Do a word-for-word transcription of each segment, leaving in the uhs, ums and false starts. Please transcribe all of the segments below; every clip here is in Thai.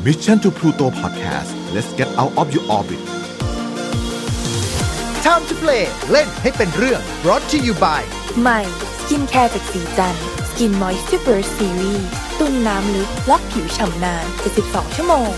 Mission to Pluto Podcast let's get out of your orbit Time to play เล่นให้เป็นเรื่อง brought to you by ใหม่สกินแคร์จากสีจันทร์ Skin Moisture Burst Series ตุ้นน้ำลึกล็อกผิวฉ่ำนานเจ็ดสิบสองชั่วโมง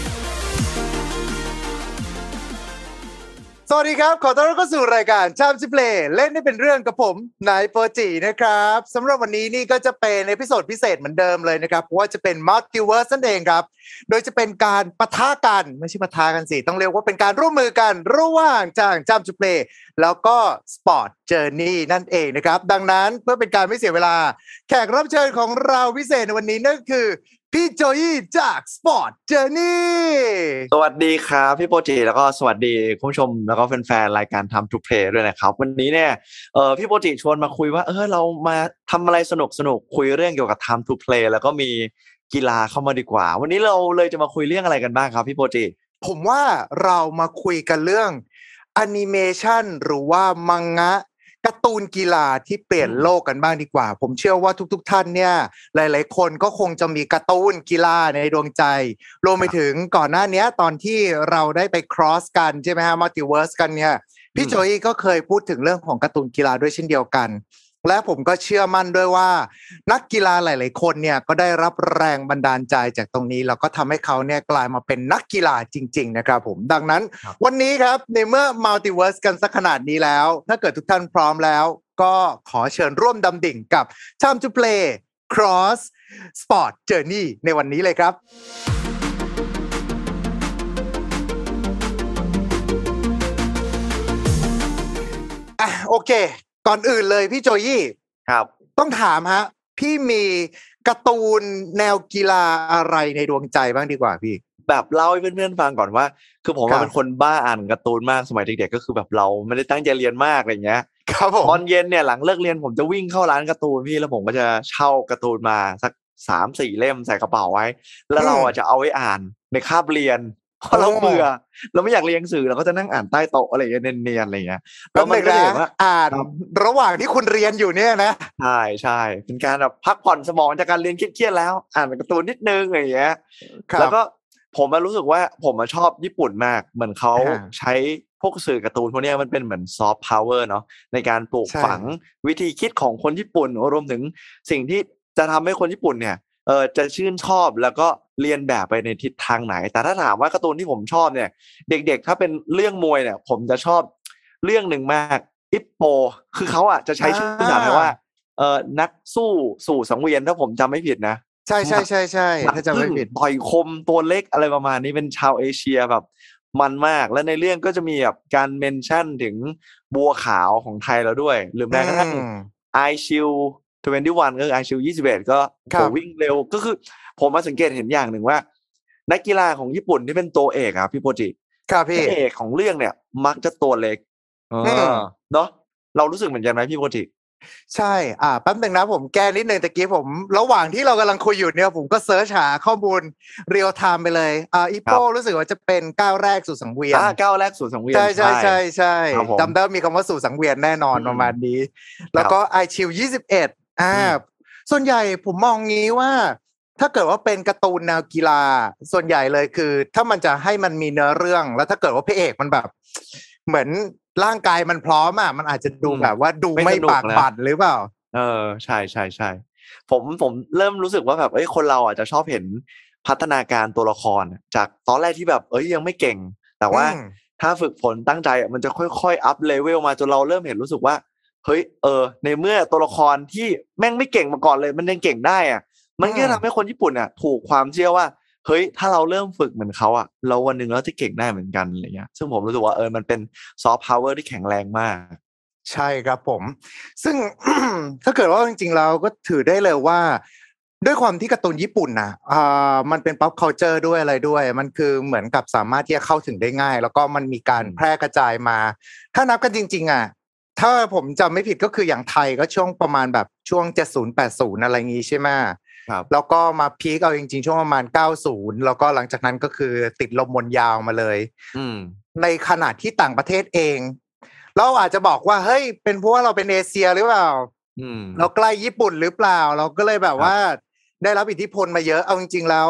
สวัสดีครับขอต้อนรับเข้าสู่รายการ Time to Play เล่นให้เป็นเรื่องกับผมนายโปรจินะครับสำหรับวันนี้นี่ก็จะเป็นเอพิโซดพิเศษเหมือนเดิมเลยนะครับเพราะว่าจะเป็น Multiverse นั่นเองครับโดยจะเป็นการปะทะกันไม่ใช่ปะทะกันสิต้องเรียกว่าเป็นการร่วมมือกันระหว่างทาง Time to Play แล้วก็ Sport Journey นั่นเองนะครับดังนั้นเพื่อเป็นการไม่เสียเวลาแขกรับเชิญของเราพิเศษในวันนี้นั่นคือพี่โจยี่จาก Sport Journey สวัสดีครับพี่โปรจิแล้วก็สวัสดีคุณผู้ชมแล้วก็แฟนๆรายการ Time to Play ด้วยนะครับวันนี้เนี่ยเอ่อพี่โปรจิชวนมาคุยว่าเออเรามาทำอะไรสนุกๆคุยเรื่องเกี่ยวกับ Time to Play แล้วก็มีกีฬาเข้ามาดีกว่าวันนี้เราเลยจะมาคุยเรื่องอะไรกันบ้างครับพี่โปรจิผมว่าเรามาคุยกันเรื่องแอนิเมชันหรือว่ามังงะการ์ตูนกีฬาที่เปลี่ยนโลกกันบ้างดีกว่าผมเชื่อว่าทุกๆท่านเนี่ยหลายๆคนก็คงจะมีการ์ตูนกีฬาในดวงใจรวมไปถึงก่อนหน้านี้ตอนที่เราได้ไป cross กันใช่ไหมฮะ multiverse กันเนี่ยพี่โจอี้ก็เคยพูดถึงเรื่องของการ์ตูนกีฬาด้วยเช่นเดียวกันและผมก็เชื่อมั่นด้วยว่านักกีฬาหลายๆคนเนี่ยก็ได้รับแรงบันดาลใจจากตรงนี้แล้วก็ทำให้เขาเนี่ยกลายมาเป็นนักกีฬาจริงๆนะครับผมดังนั้นวันนี้ครับในเมื่อมัลติเวิร์สกันสักขนาดนี้แล้วถ้าเกิดทุกท่านพร้อมแล้วก็ขอเชิญร่วมดำดิ่งกับ Time to Play Cross Sport Journey ในวันนี้เลยครับอ่ะโอเคก่อนอื่นเลยพี่โจยี่ครับต้องถามฮะพี่มีการ์ตูนแนวกีฬาอะไรในดวงใจบ้างดีกว่าพี่แบบเล่าให้เพื่อนๆฟังก่อนว่าคือผมเป็นคนบ้าอ่านการ์ตูนมากสมัยเด็กๆก็คือแบบเราไม่ได้ตั้งใจเรียนมากอะไรเงี้ยครับผมตอนเย็นเนี่ยหลังเลิกเรียนผมจะวิ่งเข้าร้านการ์ตูนพี่แล้วผมก็จะเช่าการ์ตูนมาสัก สามสี่ เล่มใส่กระเป๋าไว้แล้วเราอ่ะจะเอาไว้อ่านในคาบเรียนพอเราเบื่อเราไม่อยากเรียนหนังสือเราก็จะนั่งอ่านใต้โต๊ะอะไรอย่างเงี้ยเนียนๆอะไรเงี้ยแล้วมันก็เห็นว่าอ่านระหว่างที่คุณเรียนอยู่เนี่ยนะใช่ใช่เป็นการแบบพักผ่อนสมองจากการเรียนเครียดๆแล้วอ่านการ์ตูนนิดนึงอะไรอย่างเงี้ยแล้วก็ผมรู้สึกว่าผมชอบญี่ปุ่นมากเหมือนเขาใช้พวกสื่อการ์ตูนพวกนี้มันเป็นเหมือนซอฟต์พาวเวอร์เนาะในการปลูกฝังวิธีคิดของคนญี่ปุ่นรวมถึงสิ่งที่จะทำให้คนญี่ปุ่นเนี่ยเออจะชื่นชอบแล้วก็เรียนแบบไปในทิศทางไหนแต่ถ้าถามว่าการ์ตูนที่ผมชอบเนี่ยเด็กๆถ้าเป็นเรื่องมวยเนี่ยผมจะชอบเรื่องหนึ่งมากอิปโปคือเขาอ่ะจะใช้ชื่อภาษาไทยว่าเออนักสู้สู่สังเวียนถ้าผมจำไม่ผิดนะใช่ใช่ใช่ใช่ถ้าจำไม่ผิดต่อยคมตัวเล็กอะไรประมาณนี้เป็นชาวเอเชียแบบมันมากและในเรื่องก็จะมีแบบการเมนชั่นถึงบัวขาวของไทยเราด้วยหรือแม้กระทั่งไอชิลยี่สิบเอ็ดก็คือไอชิลยี่สิบเอ็ดก็วิ่งเร็วก็คือผมมาสังเกตเห็นอย่างหนึ่งว่านักกีฬาของญี่ปุ่นที่เป็นตัวเอกอ่ะพี่โปจิครับพี่เอกของเรื่องเนี่ยมักจะตัวเล็กเออเนาะเรารู้สึกเหมือนกันไหมพี่โปจิใช่อ่าแป๊บนึงนะผมแก้นิดนึงตะกี้ผมระหว่างที่เรากำลังคุยอยู่เนี่ยผมก็เสิร์ชหาข้อมูลเรียลไทม์ไปเลยอ่าอีโป้รู้สึกว่าจะเป็นก้าวแรกสู่สังเวียนอ่าก้าวแรกสู่สังเวียนใช่ใช่ใช่ใช่จำได้มีคำว่าสู่สังเวียนแน่นอนประมาณนี้แล้วก็ไอชิลยี่สิบเอ็ดอ่าส่วนใหญ่ผมมองงี้ว่าถ้าเกิดว่าเป็นการ์ตูนแนวกีฬาส่วนใหญ่เลยคือถ้ามันจะให้มันมีเนื้อเรื่องแล้วถ้าเกิดว่าพระเอกมันแบบเหมือนร่างกายมันพร้อมอ่ะมันอาจจะดูแบบว่าดูไม่ปากบั่นหรือเปล่าเออใช่ใช่ใช่ผมผมเริ่มรู้สึกว่าแบบเอ้ยคนเราอ่ะจะชอบเห็นพัฒนาการตัวละครจากตอนแรกที่แบบเอ้ยยังไม่เก่งแต่ว่าถ้าฝึกฝนตั้งใจมันจะค่อยๆอัพเลเวลมาจนเราเริ่มเห็นรู้สึกว่าเฮ้ยเออในเมื่อตัวละครที่แม่งไม่เก่งมาก่อนเลยมันยังเก่งได้อ่ะมันก็ทำให้คนญี่ปุ่นอ่ะถูกความเชื่อว่าเฮ้ยถ้าเราเริ่มฝึกเหมือนเขาอ่ะเราวันนึงเราจะเก่งได้เหมือนกันอะไรเงี้ยซึ่งผมรู้สึกว่าเออมันเป็นซอฟต์พาวเวอร์ที่แข็งแรงมากใช่ครับผมซึ่ง ถ้าเกิดว่าจริงๆเราก็ถือได้เลยว่าด้วยความที่การ์ตูนญี่ปุ่นนะอ่ามันเป็น pop culture ด้วยอะไรด้วยมันคือเหมือนกับสามารถที่จะเข้าถึงได้ง่ายแล้วก็มันมีการแพร่กระจายมาถ้านับกันจริงๆอ่ะถ้าผมจำไม่ผิดก็คืออย่างไทยก็ช่วงประมาณแบบช่วงเจ็ดสิบ แปดสิบอะไรงี้ใช่ไหมแล้วก็มาพีคเอาจริงๆช่วงประมาณเก้าสิบแล้วก็หลังจากนั้นก็คือติดลมมนยาวมาเลยในขณะที่ต่างประเทศเองเราอาจจะบอกว่าเฮ้ยเป็นเพราะว่าเราเป็นเอเชียหรือเปล่าเราใกล้ญี่ปุ่นหรือเปล่าเราก็เลยแบบว่าได้รับอิทธิพลมาเยอะเอาจริงๆแล้ว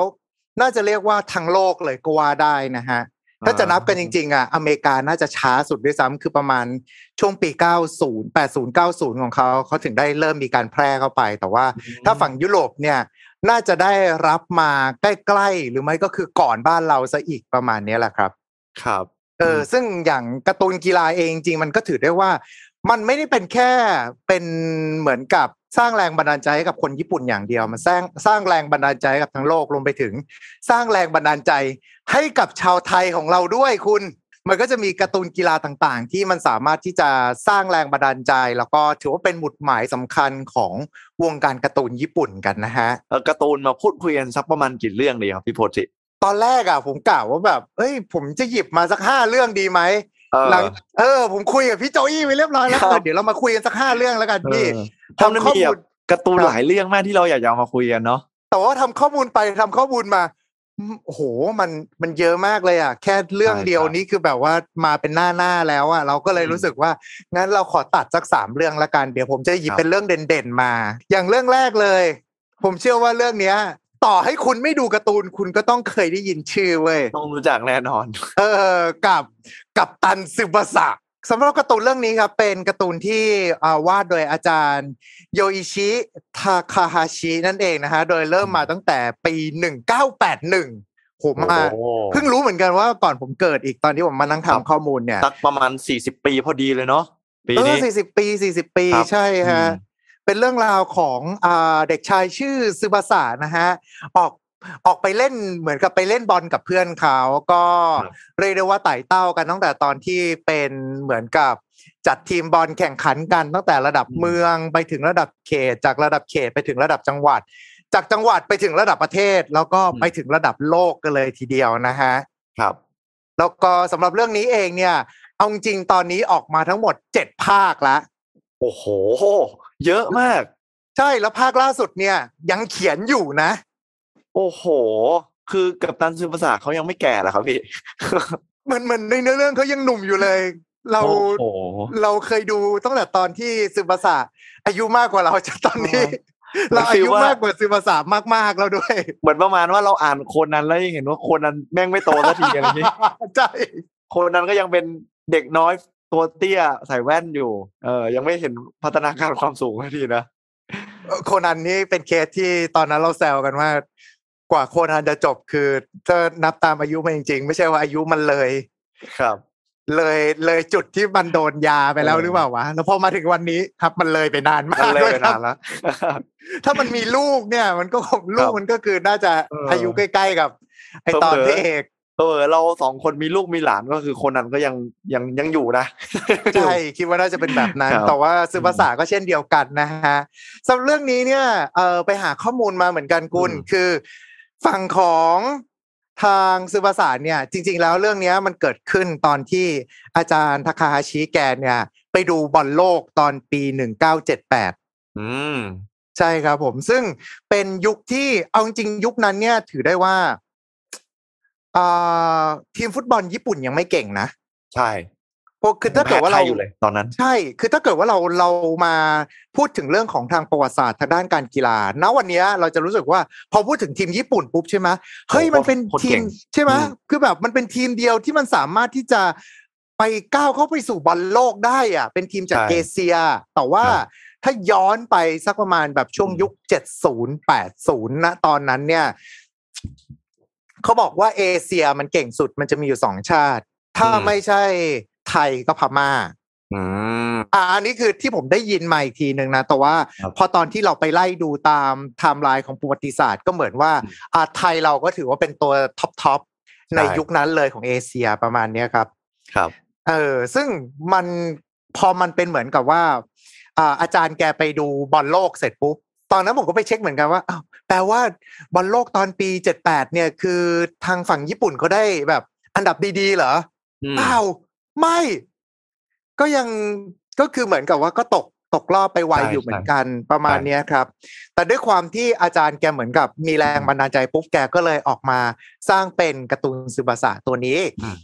น่าจะเรียกว่าทั้งโลกเลยก็ว่าได้นะฮะถ้าจะนับกันจริงๆอ่ะอเมริกาน่าจะช้าสุดด้วยซ้ำคือประมาณช่วงปีเก้าสิบ แปดสิบ เก้าสิบของเขาเขาถึงได้เริ่มมีการแพร่เข้าไปแต่ว่าถ้าฝั่งยุโรปเนี่ยน่าจะได้รับมาใกล้ๆหรือไม่ก็คือก่อนบ้านเราซะอีกประมาณนี้แหละครับครับเออซึ่งอย่างการ์ตูนกีฬาเองจริงมันก็ถือได้ว่ามันไม่ได้เป็นแค่เป็นเหมือนกับสร้างแรงบันดาลใจให้กับคนญี่ปุ่นอย่างเดียวมันสร้างสร้างแรงบันดาลใจให้กับทั้งโลกรวมไปถึงสร้างแรงบันดาลใจให้กับชาวไทยของเราด้วยคุณมันก็จะมีการ์ตูนกีฬาต่างๆที่มันสามารถที่จะสร้างแรงบันดาลใจแล้วก็ถือว่าเป็นหมุดหมายสำคัญของวงการการ์ตูนญี่ปุ่นกันนะฮะเออการ์ตูนมาพูดคุยกันสักประมาณกี่เรื่องดีครับพี่โพธิตอนแรกอ่ะผมกล่าวว่าแบบเอ้ยผมจะหยิบมาสักห้าเรื่องดีไหมหลังเออผมคุยกับพี่โจอี้ไปเรียบร้อยแล้วเดี๋ยวเรามาคุยกันสักห้าเรื่องแล้วกันพี่ทำข้อมูลการ์ตูนหลายเรื่องมากที่เราอยากจะมาคุยกันเนาะแต่ว่าทำข้อมูลไปทำข้อมูลมาโอ้โหมันมันเยอะมากเลยอ่ะแค่เรื่องเดียวนี้คือแบบว่ามาเป็นหน้าหน้าแล้วอ่ะเราก็เลยรู้สึกว่างั้นเราขอตัดสักสามเรื่องละกันเดี๋ยวผมจะหยิบเป็นเรื่องเด่นๆมาอย่างเรื่องแรกเลยผมเชื่อว่าเรื่องเนี้ยต่อให้คุณไม่ดูการ์ตูนคุณก็ต้องเคยได้ยินชื่อเว้ยต้องรู้จักแน่นอนเออกับกัปตันซึบาสะสำหรับการ์ตูนเรื่องนี้ครับเป็นการ์ตูนที่วาดโดยอาจารย์โยอิชิทาคาฮาชินั่นเองนะฮะโดยเริ่มมาตั้งแต่ปีหนึ่งเก้าแปดหนึ่งผมมาเพิ่งรู้เหมือนกันว่าก่อนผมเกิดอีกตอนที่ผมมานั่งทำข้อมูลเนี่ยสักประมาณสี่สิบปีพอดีเลยเนาะปีนี้เออสี่สิบปีสี่สิบปีใช่ฮะเป็นเรื่องราวของอ่าเด็กชายชื่อซึบาสะนะฮะออกออกไปเล่นเหมือนกับไปเล่นบอลกับเพื่อนเขาก็เรียกได้ว่าไต่เต้ากันตั้งแต่ตอนที่เป็นเหมือนกับจัดทีมบอลแข่งขันกันตั้งแต่ระดับเมืองไปถึงระดับเขตจากระดับเขตไปถึงระดับจังหวัดจากจังหวัดไปถึงระดับประเทศแล้วก็ไปถึงระดับโลกกันเลยทีเดียวนะฮะครับแล้วก็สำหรับเรื่องนี้เองเนี่ยเอาจริงตอนนี้ออกมาทั้งหมดเจ็ดภาคแล้วโอ้โหเยอะมากใช่แล้วภาคล่าสุดเนี่ยยังเขียนอยู่นะโอ้โหคือกัปตันซึบาสะเขายังไม่แก่หรอครับพี่เหมือนเหมือนในเนื้อเรื่องเขายังหนุ่มอยู่เลยเราเราเคยดูตั้งแต่ตอนที่ซึบาสะอายุมากกว่าเราจนตอนนี้เราอายุมากกว่าซึบาสะมากๆแล้วด้วยเหมือนประมาณว่าเราอ่านโคนันแล้วยังเห็นว่าโคนันแม่งไม่โตสักทีอะไรอย่างนี้ใช่โคนันก็ยังเป็นเด็กน้อยตัวเตี้ยใส่แว่นอยู่เออยังไม่เห็นพัฒนาการความสูงสักทีนะโคนันนี่เป็นเคสที่ตอนนั้นเราแซวกันว่ากว่าโคนันจะจบคือถ้านับตามอายุมันจริงๆไม่ใช่ว่าอายุมันเลยครับเลยเลยจุดที่มันโดนยาไปแล้วหรือเปล่าวะแล้วพอมาถึงวันนี้ครับมันเลยไปนานมากเลยนานแล้วถ้ามันมีลูกเนี่ยมันก็ลูกมันก็คือน่าจะอายุใกล้ๆกับไอตอนที่เอกเออเราสองคนมีลูกมีหลานก็คือคนนั้นก็ยังยังยังอยู่นะใช่คิดว่าน่าจะเป็นแบบนั้นแต่ว่าซึบาสะก็เช่นเดียวกันนะฮะสำหรับเรื่องนี้เนี่ยเออไปหาข้อมูลมาเหมือนกันคุณคือฝั่งของทางซึบาสะเนี่ยจริงๆแล้วเรื่องนี้มันเกิดขึ้นตอนที่อาจารย์ทาคาฮาชิแกเนี่ยไปดูบอลโลกตอนปีหนึ่งเก้าเจ็ดแปดอืมใช่ครับผมซึ่งเป็นยุคที่เอาจริงยุคนั้นเนี่ยถือได้ว่าอ่าทีมฟุตบอลญี่ปุ่นยังไม่เก่งนะใช่เพราะคือถ้าเกิดว่าเราอยู่เลยตอนนั้นใช่คือถ้าเกิดว่าเราเรามาพูดถึงเรื่องของทางประวัติศาสตร์ทางด้านการกีฬาณวันนี้เราจะรู้สึกว่าพอพูดถึงทีมญี่ปุ่นปุ๊บใช่ไหมเฮ้ยมันเป็นทีมใช่ไหมคือแบบมันเป็นทีมเดียวที่มันสามารถที่จะไปก้าวเข้าไปสู่บอลโลกได้อ่ะเป็นทีมจากเอเชียแต่ว่าถ้าย้อนไปสักประมาณแบบช่วงยุคเจ็ดสิบ แปดสิบณตอนนั้นเนี่ยเขาบอกว่าเอเชียมันเก่งสุดมันจะมีอยู่สองชาติถ้าไม่ใช่ไทยก็พม่าอืมอ่าอันนี้คือที่ผมได้ยินมาอีกทีนึงนะแต่ว่าพอตอนที่เราไปไล่ดูตามไทม์ไลน์ของประวัติศาสตร์ก็เหมือนว่าอ่าไทยเราก็ถือว่าเป็นตัวท็อปท็อปในยุคนั้นเลยของเอเชียประมาณนี้ครับครับเออซึ่งมันพอมันเป็นเหมือนกับว่าอ่าอาจารย์แกไปดูบอลโลกเสร็จปุ๊บตอนนั้นผมก็ไปเช็คเหมือนกันว่าอ้าวแปลว่าบอลโลกตอนปีเจ็ดสิบแปดเนี่ยคือทางฝั่งญี่ปุ่นเขาได้แบบอันดับดีๆเหรอเปล่าไม่ก็ยังก็คือเหมือนกับว่าก็ตกตกรอบไปไวอยู่เหมือนกันประมาณนี้ครับแต่ด้วยความที่อาจารย์แกเหมือนกับมีแรงบันดาลใจปุ๊บแกก็เลยออกมาสร้างเป็นการ์ตูนซึบาสะตัวนี้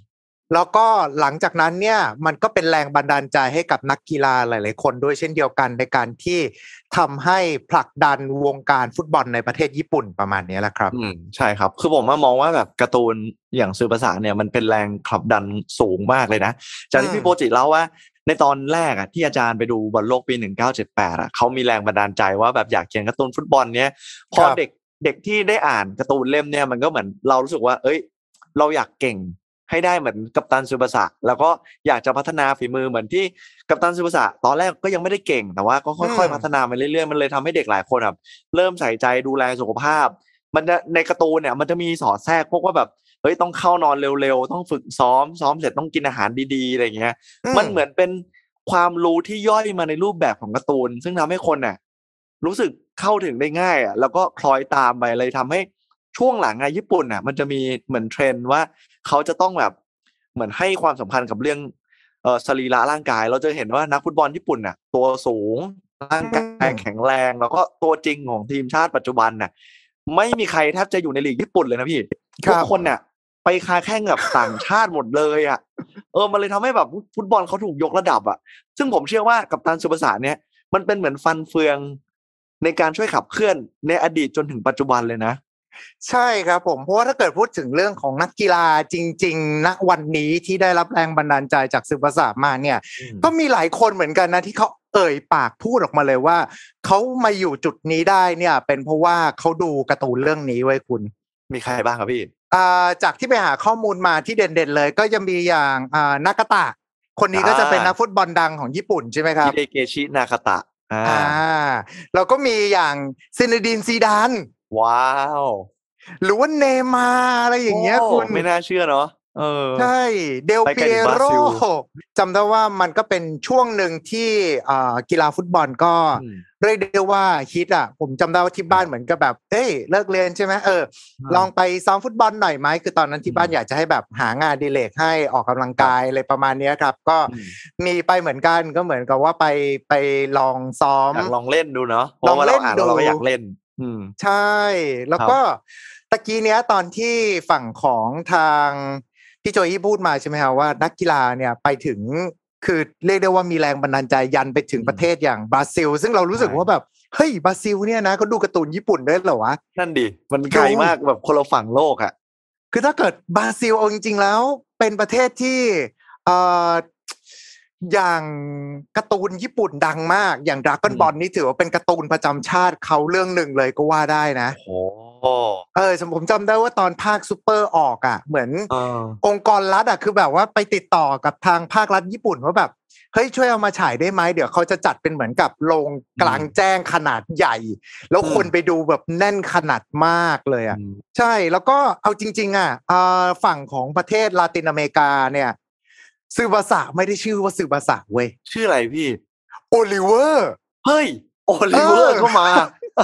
แล้วก็หลังจากนั้นเนี่ยมันก็เป็นแรงบันดาลใจให้กับนักกีฬาหลายๆคนด้วยเช่นเดียวกันในการที่ทำให้ผลักดันวงการฟุตบอลในประเทศญี่ปุ่นประมาณนี้แหละครับอืมใช่ครับคือผมมองว่าแบบการ์ตูนอย่างซือภาษาเนี่ยมันเป็นแรงผลักดันสูงมากเลยนะจากที่พี่โปจิเล่าว่าในตอนแรกอ่ะที่อาจารย์ไปดูบอลโลกปีหนึ่งพันเก้าร้อยเจ็ดสิบแปดอ่ะเขามีแรงบันดาลใจว่าแบบอยากเขียนการ์ตูนฟุตบอลเนี้ยพอเด็กเด็กที่ได้อ่านการ์ตูนเล่มเนี่ยมันก็เหมือนเรารู้สึกว่าเอ้ยเราอยากเก่งให้ได้เหมือนกัปตันซึบาสะแล้วก็อยากจะพัฒนาฝีมือเหมือนที่กัปตันซึบาสะตอนแรกก็ยังไม่ได้เก่งแต่ว่าก็ค่อยๆพัฒนามาเรื่อยๆมันเลยทำให้เด็กหลายคนแบบเริ่มใส่ใจดูแลสุขภาพมันจะในการ์ตูนเนี่ยมันจะมีสอดแทรกพวกว่าแบบเฮ้ยต้องเข้านอนเร็วๆต้องฝึกซ้อมซ้อมเสร็จต้องกินอาหารดีๆอะไรอย่างเงี้ยมันเหมือนเป็นความรู้ที่ย่อยมาในรูปแบบของการ์ตูนซึ่งทำให้คนน่ะรู้สึกเข้าถึงได้ง่ายอ่ะแล้วก็คล้อยตามไปเลยทำให้ช่วงหลังอ่ะญี่ปุ่นอ่ะมันจะมีเหมือนเทรนด์ว่าเขาจะต้องแบบเหมือนให้ความสำคัญกับเรื่องเอ่อสรีระร่างกายเราจะเห็นว่านักฟุตบอลญี่ปุ่นน่ะตัวสูงร่างกายแข็งแรงแล้วก็ตัวจริงของทีมชาติปัจจุบันน่ะไม่มีใครแทบจะอยู่ในลีกญี่ปุ่นเลยนะพี่ทุกคนเนี่ยไปค้าแข่งกับต่างชาติหมดเลยอ่ะเออมันเลยทำให้แบบฟุตบอลเขาถูกยกระดับอ่ะซึ่งผมเชื่อว่ากัปตันซึบาสะเนี่ยมันเป็นเหมือนฟันเฟืองในการช่วยขับเคลื่อนในอดีตจนถึงปัจจุบันเลยนะใช่ครับผมเพราะว่าถ้าเกิดพูดถึงเรื่องของนักกีฬาจริงๆณวันนี้ที่ได้รับแรงบันดาลใจจากซึบาสะมาเนี่ยก็มีหลายคนเหมือนกันนะที่เขาเอ่ยปากพูดออกมาเลยว่าเขามาอยู่จุดนี้ได้เนี่ยเป็นเพราะว่าเขาดูการ์ตูนเรื่องนี้ไว้คุณมีใครบ้างครับพี่อ่าจากที่ไปหาข้อมูลมาที่เด่นๆเลยก็จะมีอย่างอ่านากาตะคนนี้ก็จะเป็นนักฟุตบอลดังของญี่ปุ่นใช่ไหมครับฮิเดเกชินากาตะอ่าแล้วก็มีอย่างซินดินซีดานว้าวหรือว่าเนมาอะไรอย่างเงี้ยคุณไม่น่าเชื่อเนาะเออใช่เดลเปียโรจำได้ว่ามันก็เป็นช่วงหนึ่งที่อ่ากีฬาฟุตบอลก็เรียกได้ว่าฮิตอ่ะผมจำได้ว่าที่บ้านเหมือนกับแบบเอ้ยเลิกเรียนใช่ไหมเออลองไปซ้อมฟุตบอลหน่อยไหมคือตอนนั้นที่บ้านอยากจะให้แบบหางานอดิเรกให้ออกกำลังกายอะไรประมาณนี้ครับก็มีไปเหมือนกันก็เหมือนกับว่าไปไปลองซ้อมอยากลองเล่นดูเนาะลองเล่นดูเราก็อยากเล่นอืมใช่แล้วก็ตะกี้เนี้ยตอนที่ฝั่งของทางพี่โจยี่พูดมาใช่ไหมครับว่านักกีฬาเนี่ยไปถึงคือเรียกได้ว่ามีแรงบันดาลใจยันไปถึงประเทศอย่างบราซิลซึ่งเรารู้สึกว่าแบบเฮ้ยบราซิลเนี่ยนะเขาดูการ์ตูนญี่ปุ่นได้เหรอวะนั่นดิมันไกลมากแบบคนละฝั่งโลกอ่ะคือถ้าเกิดบราซิลเอาจริงๆแล้วเป็นประเทศที่เอ่ออย่างการ์ตูนญี่ปุ่นดังมากอย่างดราก้อนบอลนี่ถือว่าเป็นการ์ตูนประจำชาติเขาเรื่องหนึ่งเลยก็ว่าได้นะโอ้เออผมจำได้ว่าตอนภาคซูเปอร์ออกอ่ะเหมือนองค์กรรัฐอ่ะคือแบบว่าไปติดต่อกับทางภาครัฐญี่ปุ่นว่าแบบเฮ้ยช่วยเอามาฉายได้ไหมเดี๋ยวเขาจะจัดเป็นเหมือนกับโรงกลางแจ้งขนาดใหญ่แล้วคนไปดูแบบแน่นขนาดมากเลยอ่ะใช่แล้วก็เอาจริงๆอ่ะฝั่งของประเทศลาตินอเมริกาเนี่ยซึบาสะไม่ได้ชื่อว่าซึบาสะเว้ยชื่ออะไรพี่โอลิเวอร์เฮ้ยโอลิเวอร์ก็มา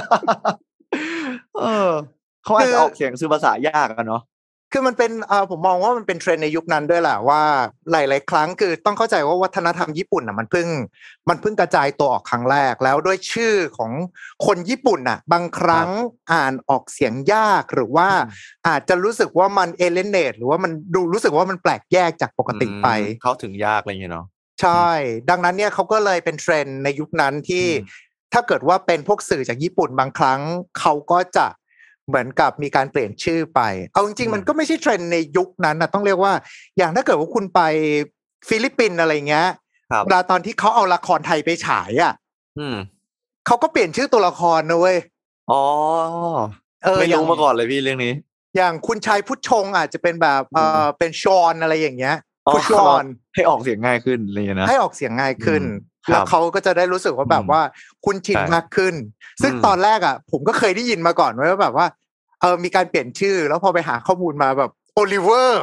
เออเขาอาจจะออกเสียงซึบาสะยากกันเนาะคือมันเป็นเอ่อผมมองว่ามันเป็นเทรนด์ในยุคนั้นด้วยแหละว่าหลายๆครั้งคือต้องเข้าใจว่าวัฒนธรรมญี่ปุ่นอ่ะมันเพิ่งมันเพิ่งกระจายตัวออกครั้งแรกแล้วด้วยชื่อของคนญี่ปุ่นอ่ะบางครั้งอ่านออกเสียงยากหรือว่าอาจจะรู้สึกว่ามันเอเลเนตหรือว่ามันดูรู้สึกว่ามันแปลกแยกจากปกติไปเข้าถึงยากอะไรอย่างเงี้ยเนาะใช่ดังนั้นเนี่ยเขาก็เลยเป็นเทรนด์ในยุคนั้นที่ถ้าเกิดว่าเป็นพวกสื่อจากญี่ปุ่นบางครั้งเขาก็จะเหมือนกับมีการเปลี่ยนชื่อไปเอาจริงๆมันก็ไม่ใช่เทรนด์ในยุคนั้นนะต้องเรียกว่าอย่างถ้าเกิดว่าคุณไปฟิลิปปินส์อะไรเงี้ยเวลาตอนที่เขาเอาละครไทยไปฉายอ่ะเขาก็เปลี่ยนชื่อตัวละครนะเว้ยอ๋อเออไม่รู้มาก่อนเลยพี่เรื่องนี้อย่างคุณชายพุทธชงอาจจะเป็นแบบเออเป็นชอนอะไรอย่างเงี้ยพุทธชอนให้ออกเสียงง่ายขึ้นอะไรอย่างเงี้ยนะให้ออกเสียงง่ายขึ้นแล้วเขาก็จะได้รู้สึกว่าแบบว่าคุณชินมากขึ้นซึ่งตอนแรกอ่ะผมก็เคยได้ยินมาก่อนว่าแบบว่าเออมีการเปลี่ยนชื่อแล้วพอไปหาข้อมูลมาแบบโอลิเวอร์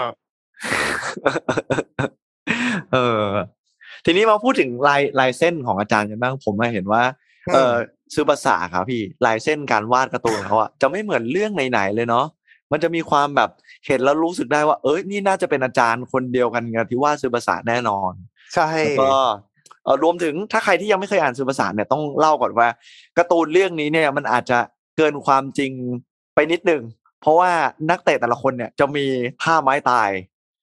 เออทีนี้มาพูดถึงลายลายเส้นของอาจารย์กันบ้างผมมาเห็นว่าเออซึบาสะครับพี่ลายเส้นการวาดการ์ตูนเขาอะจะไม่เหมือนเรื่องไหนๆเลยเนาะมันจะมีความแบบเห็นแล้วรู้สึกได้ว่าเอ้ยนี่น่าจะเป็นอาจารย์คนเดียวกันกับที่วาดซึบาสะแน่นอนใช่แล้วก็เออรวมถึงถ้าใครที่ยังไม่เคยอ่านซึบาสะเนี่ยต้องเล่าก่อนว่าการ์ตูนเรื่องนี้เนี่ยมันอาจจะเกินความจริงไปนิดนึงเพราะว่านักเตะแต่ละคนเนี่ยจะมีท่าไม้ตาย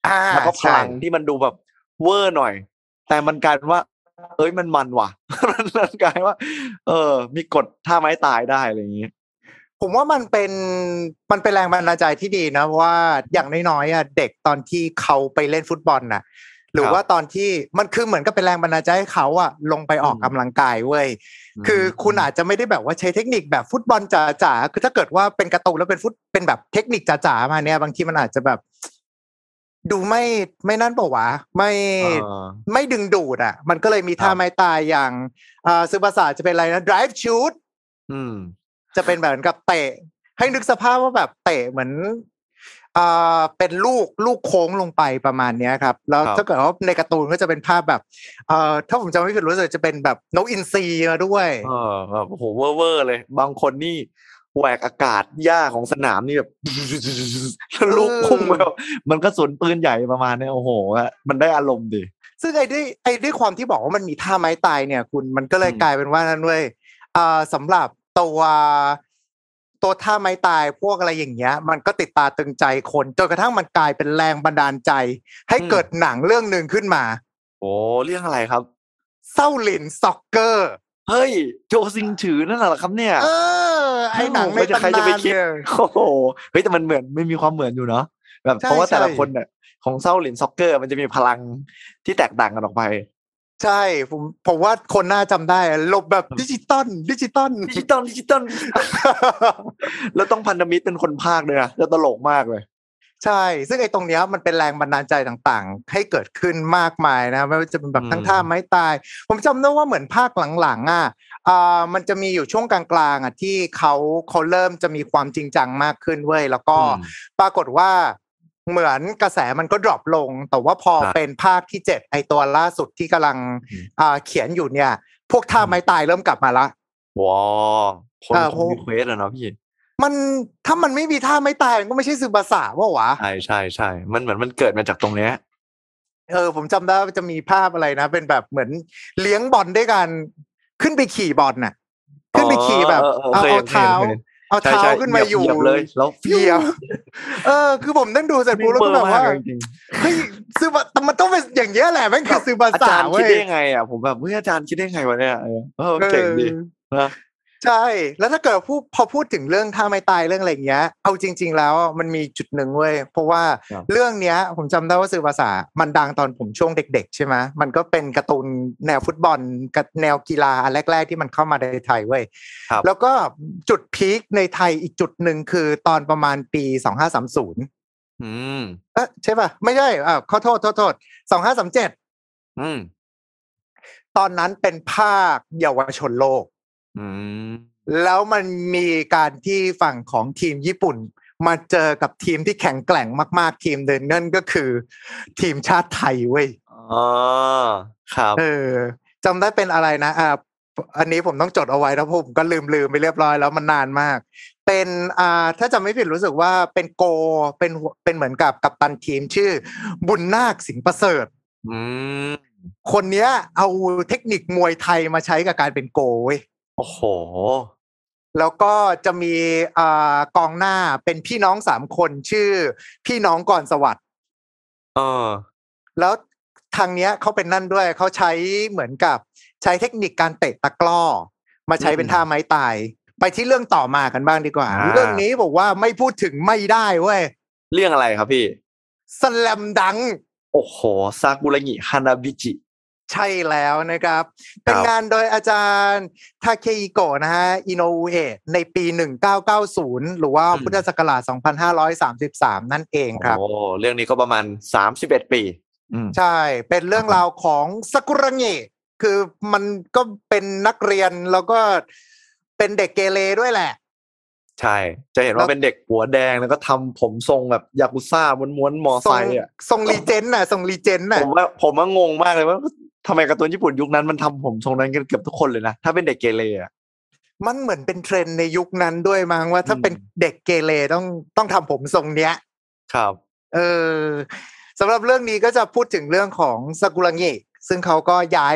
แล้วก็พลังที่มันดูแบบเวอร์หน่อยแต่มันกลายเป็นว่าเอ้ยมันมันว่ะ มันกลายว่าเออมีกฎท่าไม้ตายได้อะไรอย่างนี้ผมว่ามันเป็นมันเป็นแรงบันดาลใจที่ดีนะว่าอย่างน้อยๆอ่ะเด็กตอนที่เขาไปเล่นฟุตบอลน่ะหรือว่าตอนที่มันคือเหมือนกับเป็นแรงบันดาลใจให้เขาอ่ะลงไปออกกำลังกายเว้ยคือคุณอาจจะไม่ได้แบบว่าใช้เทคนิคแบบฟุตบอลจ๋าๆคือถ้าเกิดว่าเป็นการ์ตูนแล้วเป็นฟุตเป็นแบบเทคนิคจ๋าๆมาเนี่ยบางทีมันอาจจะแบบดูไม่ไม่นั่นเปล่าวะไม่ไม่ดึงดูดอ่ะมันก็เลยมีท่าไม้ตายอย่างอ่าซื้อภาษาจะเป็นอะไรนะ drive shoot อืมจะเป็นแบบกับเตะให้นึกสภาพว่าแบบเตะเหมือนอ่าเป็นลูกลูกโค้งลงไปประมาณนี้ครับแล้วถ้าเกิดว่าในการ์ตูนก็จะเป็นภาพแบบเอ่อถ้าผมจำไม่ผิดรู้สึกจะเป็นแบบนกอินทรีมาด้วยเออแบบโอ้โหเวอร์ๆเลยบางคนนี่แหวกอากาศหญ้าของสนามนี่แบบลูกพุ่งแบบมันก็สวนปืนใหญ่ประมาณนี้โอ้โหมันได้อารมณ์ดิซึ่งไอ้ด้วยไอ้ด้วยความที่บอกว่ามันมีท่าไม้ตายเนี่ยคุณมันก็เลยกลายเป็นว่านั่นเว้ยอ่าสำหรับตัวตัวท่าไม้ตายพวกอะไรอย่างเงี้ยมันก็ติดตาตึงใจคนจนกระทั่งมันกลายเป็นแรงบันดาลใจให้เกิดหนังเรื่องนึงขึ้นมาโอ้เรื่องอะไรครับเศร้าหลินซ็อกเกอร์เฮ้ยโจซิงฉือนั่นแหละครับเนี่ยเออไอ้หนังในตำนานเนี่ยโอ้โหเฮ้ยแต่มันเหมือนไม่มีความเหมือนอยู่เนาะแบบเพราะว่าแต่ละคนเนี่ยของเศร้าหลินซ็อกเกอร์มันจะมีพลังที่แตกต่างกันออกไปใช่ผมผมว่าคนน่าจำได้หลบแบบดิจิตอลดิจิตอลดิจิตอลดิจิตอลแล้วต้องพันธมิตรเป็นคนพากย์ด้วยนะแล้วตลกมากเลยใช่ซึ่งไอ้ตรงเนี้ยมันเป็นแรงบันดาลใจต่างๆให้เกิดขึ้นมากมายนะไม่ว่าจะเป็นแบบทั้งท่าไม้ตายผมจำได้ว่าเหมือนภาคหลังๆอ่ะอ่ามันจะมีอยู่ช่วงกลางๆอ่ะที่เขาเขาเริ่มจะมีความจริงจังมากขึ้นเว้ยแล้วก็ปรากฏว่าเหมือนกระแสมันก็ดรอปลงแต่ว่าพอเป็นภาคที่เจ็ดไอ้ตัวล่าสุดที่กำลังอ่าเขียนอยู่เนี่ยพวกท่าไม้ตายเริ่มกลับมาละว้าวคนคงมีเควสอะเนาะพี่มันถ้ามันไม่มีท่าไม่ตายมันก็ไม่ใช่ซึบาสะว่าวะใช่ใช่ใช่มันเหมือนมันเกิดมาจากตรงเนี้ยเออผมจำได้ว่าจะมีภาพอะไรนะเป็นแบบเหมือนเลี้ยงบอลด้วยกันขึ้นไปขี่บอลน่ะขึ้นไปขี่แบบเอาเอาเท้าเอาเท้าขึ้นมาอยู่เลยแล้วเหยียบเออคือผมนั่งดูเสร็จปุ๊บแล้วก็แบบว่าเฮ้ยซึบะแต่มันต้องเป็นอย่างเงี้ยแหละแม่งคือซึบาสะเว้ยอาจารย์คิดได้ไงอ่ะผมแบบเฮ้ยอาจารย์คิดได้ไงวะเนี่ยเออเก่งดีนะใช่แล้วถ้าเกิดพูดพอพูดถึงเรื่องท่าไม่ตายเรื่องอะไรเงี้ยเอาจริงๆแล้วมันมีจุดหนึ่งเว้ยเพราะว่าเรื่องเนี้ยผมจำได้ว่าสื่อภาษามันดังตอนผมช่วงเด็กๆใช่ไหมมันก็เป็นการ์ตูนแนวฟุตบอลกับแนวกีฬาอันแรกๆที่มันเข้ามาในไทยเว้ยแล้วก็จุดพีคในไทยอีกจุดหนึ่งคือตอนประมาณปีสองพันห้าร้อยสามสิบอืมเอ๊ะใช่ป่ะไม่ใช่อ่าขอโทษโทษโทษสองพันห้าร้อยสามสิบเจ็ดอืมตอนนั้นเป็นภาคเยาวชนโลกอืมแล้วมันมีการที่ฝั่งของทีมญี่ปุ่นมาเจอกับทีมที่แข็งแกร่งมากๆทีมเดินนั่นก็คือทีมชาติไทยเว้ยอ๋อครับเออจำได้เป็นอะไรนะอ่าอันนี้ผมต้องจดเอาไว้แล้วผมก็ลืมลืมไปเรียบร้อยแล้วมันนานมากเป็นอ่าถ้าจำไม่ผิดรู้สึกว่าเป็นโกเป็นเป็นเหมือนกับกัปตันทีมชื่อบุญนาคสิงห์ประเสริฐอืมคนเนี้ยเอาเทคนิคมวยไทยมาใช้กับการเป็นโกเว้ยโอ้โหแล้วก็จะมีอ่ากองหน้าเป็นพี่น้องสามคนชื่อพี่น้องกรสวัสดิ์เออแล้วทางเนี้ยเขาเป็นนั่นด้วยเขาใช้เหมือนกับใช้เทคนิคการเตะตะกร้อมาใช้เป็นท่าไม้ตายไปที่เรื่องต่อมากันบ้างดีกว่าเรื่องนี้บอกว่าไม่พูดถึงไม่ได้เว้ยเรื่องอะไรครับพี่สแลมดังโอ้โหซากุระงิฮานาบิจิใช่แล้วนะครับเป็นงานโดยอาจารย์ทาเคอิโกะนะฮะอิโนอุเอะในปีหนึ่งพันเก้าร้อยเก้าสิบหรือว่าพุทธศักราชสองพันห้าร้อยสามสิบสามนั่นเองครับโอ้เรื่องนี้ก็ประมาณสามสิบเอ็ดปีใช่เป็นเรื่องราวของซากุระงิคือมันก็เป็นนักเรียนแล้วก็เป็นเด็กเกเรด้วยแหละใช่จะเห็นว่าเป็นเด็กหัวแดงแล้วก็ทำผมทรงแบบยากุซ่าม้วนๆมอไซค์อ่ะทรงรีเจนต์น่ะทรงรีเจนต์น่ะผมว่าผมว่างงมากเลยว่าทำไมการ์ตูนญี่ปุ่นยุคนั้นมันทำผมทรงนั้นกันเกือบทุกคนเลยนะถ้าเป็นเด็กเกเรอ่ะมันเหมือนเป็นเทรนด์ในยุคนั้นด้วยมั้งว่าถ้าเป็นเด็กเกเรต้องต้องทำผมทรงเนี้ยครับเออสำหรับเรื่องนี้ก็จะพูดถึงเรื่องของซากุระงิซึ่งเขาก็ย้าย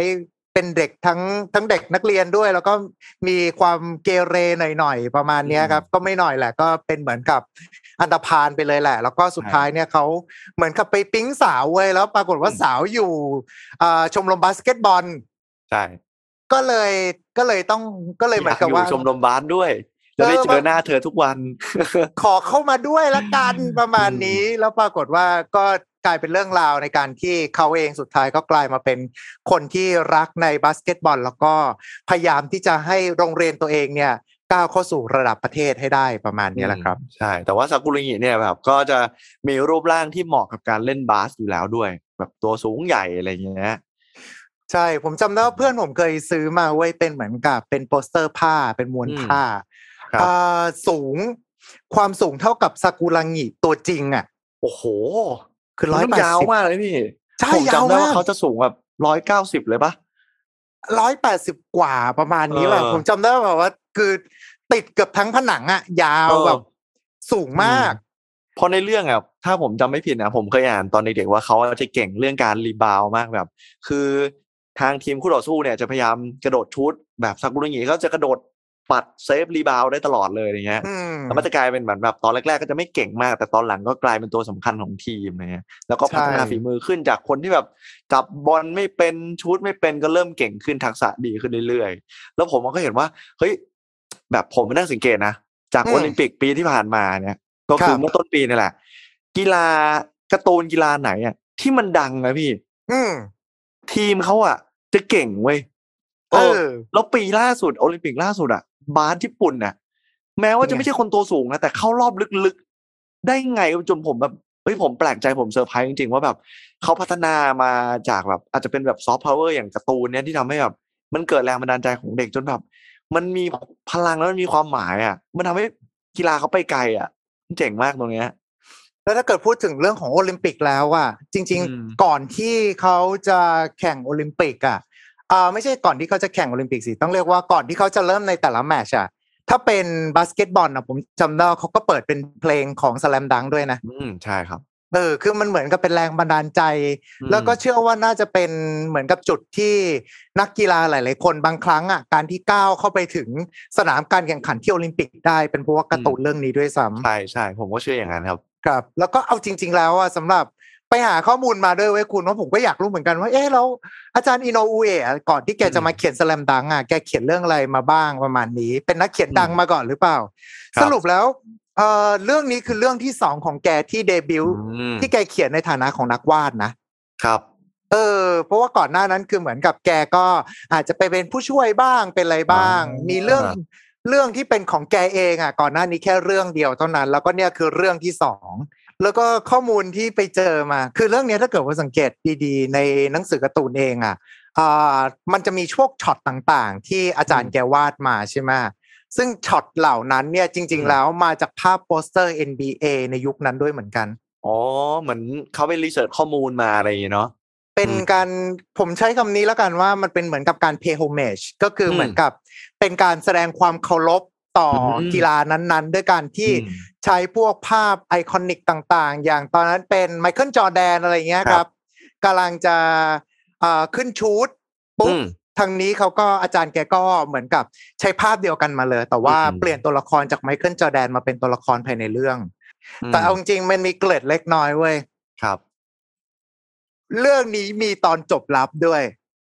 เป็นเด็กทั้งทั้งเด็กนักเรียนด้วยแล้วก็มีความเกเรหน่อยๆประมาณนี้ครับก็ไม่หน่อยแหละก็เป็นเหมือนกับอันธพาลไปเลยแหละแล้วก็สุดท้ายเนี่ยเขาเหมือนกับไปปิ๊งสาวเว้ยแล้วปรากฏว่าสาวอยู่ชมรมบาสเกตบอลใช่ก็เลยก็เลยต้องก็เลยเหมือนกับว่าชมรมบาสด้วยจะได้เจอหน้าเธอทุกวันขอเข้ามาด้วยละกันประมาณนี้แล้วปรากฏว่าก็กลายเป็นเรื่องราวในการที่เขาเองสุดท้ายก็กลายมาเป็นคนที่รักในบาสเกตบอลแล้วก็พยายามที่จะให้โรงเรียนตัวเองเนี่ยก้าวเข้าสู่ระดับประเทศให้ได้ประมาณนี้แหละครับใช่แต่ว่าซากุระงิเนี่ยแบบก็จะมีรูปร่างที่เหมาะกับการเล่นบาสอยู่แล้วด้วยแบบตัวสูงใหญ่อะไรอย่างเงี้ยใช่ผมจำได้ว่าเพื่อนผมเคยซื้อมาไว้เป็นเหมือนกับเป็นโปสเตอร์ผ้าเป็นม้วนผ้าสูงความสูงเท่ากับซากุระงิตัวจริงอ่ะโอ้โหคือร้อยแปดสิบยาวมากเลยพี่ใช่ยาวมากเขาจะสูงแบบร้อยเก้าสิบเลยปะร้อยแปดสิบกว่าประมาณนี้แหละผมจำได้แบบว่าคือติดเกือบทั้งผนังอ่ะยาวแบบสูงมากเพราะในเรื่องอ่ะถ้าผมจำไม่ผิดนะผมเคยอ่านตอนเด็กๆว่าเขาจะเก่งเรื่องการรีบาวมากแบบคือทางทีมคู่ต่อสู้เนี่ยจะพยายามกระโดดชุดแบบซากุระงิเขาจะกระโดดปัดเซฟรีบาวได้ตลอดเลยอย่างเงี้ยแล้วมันจะกลายเป็นเหมือนแบบตอนแรกๆก็จะไม่เก่งมากแต่ตอนหลังก็กลายเป็นตัวสำคัญของทีมอะไรเงี้ยแล้วก็พัฒนาฝีมือขึ้นจากคนที่แบบจับบอลไม่เป็นชุดไม่เป็นก็เริ่มเก่งขึ้นทักษะดีขึ้นเรื่อยๆแล้วผมก็เห็นว่าเฮ้ยแบบผมไม่ได้สังเกตนะจากโอลิมปิกปีที่ผ่านมาเนี่ยก็คือเมื่อต้นปีนี่แหละกีฬาการ์ตูนกีฬาไหนอ่ะที่มันดังนะพี่ทีมเขาอ่ะจะเก่งเว้ยเออแล้วปีล่าสุดโอลิมปิกล่าสุดอ่ะบาสญี่ปุ่นน่ะแม้ว่าจะไม่ใช่คนตัวสูงนะแต่เข้ารอบลึกๆได้ไงจนผมแบบเฮ้ยผมแปลกใจผมเซอร์ไพรส์จริงๆว่าแบบเขาพัฒนามาจากแบบอาจจะเป็นแบบซอฟต์พาวเวอร์อย่างการ์ตูนเนี่ยที่ทำให้แบบมันเกิดแรงบันดาลใจของเด็กจนแบบมันมีพลังแล้วมันมีความหมายอ่ะมันทำให้กีฬาเขาไปไกลอ่ะเจ๋งมากตรงเนี้ยแล้วถ้าเกิดพูดถึงเรื่องของโอลิมปิกแล้วอ่ะจริงๆก่อนที่เขาจะแข่งโอลิมปิกอ่ะอ่าไม่ใช่ก่อนที่เขาจะแข่งโอลิมปิกสิต้องเรียกว่าก่อนที่เขาจะเริ่มในแต่ละแมตช์อ่ะถ้าเป็นบาสเกตบอลนะผมจำได้เขาก็เปิดเป็นเพลงของสแลมดังด้วยนะอืมใช่ครับเออคือมันเหมือนกับเป็นแรงบันดาลใจแล้วก็เชื่อว่าน่าจะเป็นเหมือนกับจุดที่นักกีฬาหลายๆคนบางครั้งอ่ะการที่ก้าวเข้าไปถึงสนามการแข่งขันที่โอลิมปิกได้เป็นเพราะว่าการ์ตูนเรื่องนี้ด้วยซ้ำใช่ใช่ผมก็เชื่ออย่างนั้นครับครับแล้วก็เอาจริงๆแล้วอ่ะสำหรับไปหาข้อมูลมาด้วยเว้ยคุณว่าผมก็อยากรู้เหมือนกันว่าเอ๊ะแล้วอาจารย์อิโนอุเอะก่อนที่แกจะมาเขียนสแลมดังอ่ะแกเขียนเรื่องอะไรมาบ้างประมาณนี้เป็นนักเขียนดังมาก่อนหรือเปล่าสรุปแล้วเอ่อเรื่องนี้คือเรื่องที่สองของแกที่เดบิวต์ที่แกเขียนในฐานะของนักวาดนะครับเออเพราะว่าก่อนหน้านั้นคือเหมือนกับแกก็อาจจะไปเป็นผู้ช่วยบ้างเป็นอะไรบ้างมีเรื่องเรื่องที่เป็นของแกเองอ่ะก่อนหน้านี้แค่เรื่องเดียวเท่านั้นแล้วก็เนี่ยคือเรื่องที่สองแล้วก็ข้อมูลที่ไปเจอมาคือเรื่องนี้ถ้าเกิดว่าสังเกตดีๆในหนังสือการ์ตูนเองอ่ะอ่ามันจะมีช่วงช็อตต่างๆที่อาจารย์แกวาดมาใช่ไหมซึ่งช็อตเหล่านั้นเนี่ยจริงๆแล้วมาจากภาพโปสเตอร์ เอ็น บี เอ ในยุคนั้นด้วยเหมือนกันอ๋อเหมือนเขาไปรีเสิร์ชข้อมูลมาอะไรอย่างเงี้ยเนาะเป็นการผมใช้คำนี้แล้วกันว่ามันเป็นเหมือนกับการ pay homage ก็คือเหมือนกับเป็นการแสดงความเคารพต่อกีฬานั้นๆด้วยการที่ใช้พวกภาพไอคอนิกต่างๆอย่างตอนนั้นเป็นไมเคิลจอร์แดนอะไรเงี้ยครับกำลังจะขึ้นชูตปุ๊บทางนี้เขาก็อาจารย์แกก็เหมือนกับใช้ภาพเดียวกันมาเลยแต่ว่าเปลี่ยนตัวละครจากไมเคิลจอร์แดนมาเป็นตัวละครภายในเรื่องแต่เอาจริงๆมันมีเกร็ดเล็กน้อยเว้ยครับเรื่องนี้มีตอนจบลับด้วย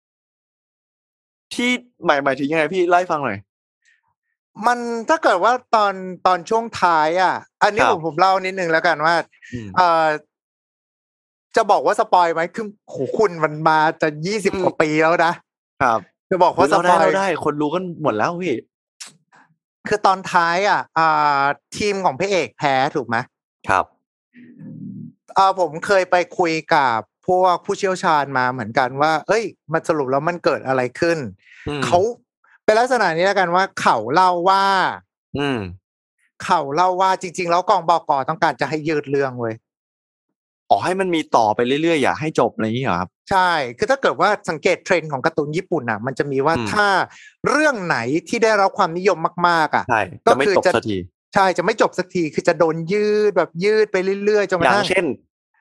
ที่หมายหมายถึงยังไงพี่ไล่ฟังหน่อยมันถ้าเกิดว่าตอนตอนช่วงท้ายอ่ะอันนี้ผมผมเล่านิดนึงแล้วกันว่าเอ่อจะบอกว่าสปอยไหมคือโหคุณมันมาจะยี่สิบกว่าปีแล้วนะครับจะบอกว่าสปอยได้คนรู้กันหมดแล้วพี่คือตอนท้ายอ่ะอ่าทีมของพระเอกแพ้ถูกไหมครับอ่าผมเคยไปคุยกับพวกผู้เชี่ยวชาญมาเหมือนกันว่าเอ้ยมันสรุปแล้วมันเกิดอะไรขึ้นเขาเป็นลักษณะนี้แล้วกันว่าเขาเล่าว่าอืมเขาเล่าว่าจริงๆแล้วกองบก.ต้องการจะให้ยืดเรื่องเว้ยอ๋อให้มันมีต่อไปเรื่อยๆอย่าให้จบอะไรอย่างนี้เหรอครับใช่คือถ้าเกิดว่าสังเกตเทรนด์ของการ์ตูนญี่ปุ่นน่ะมันจะมีว่าถ้าเรื่องไหนที่ได้รับความนิยมมากๆอ่ะก็คือจะใช่จะไม่จบสักทีคือจะโดนยืดแบบยืดไปเรื่อยๆจนกระทั่งอย่างเช่น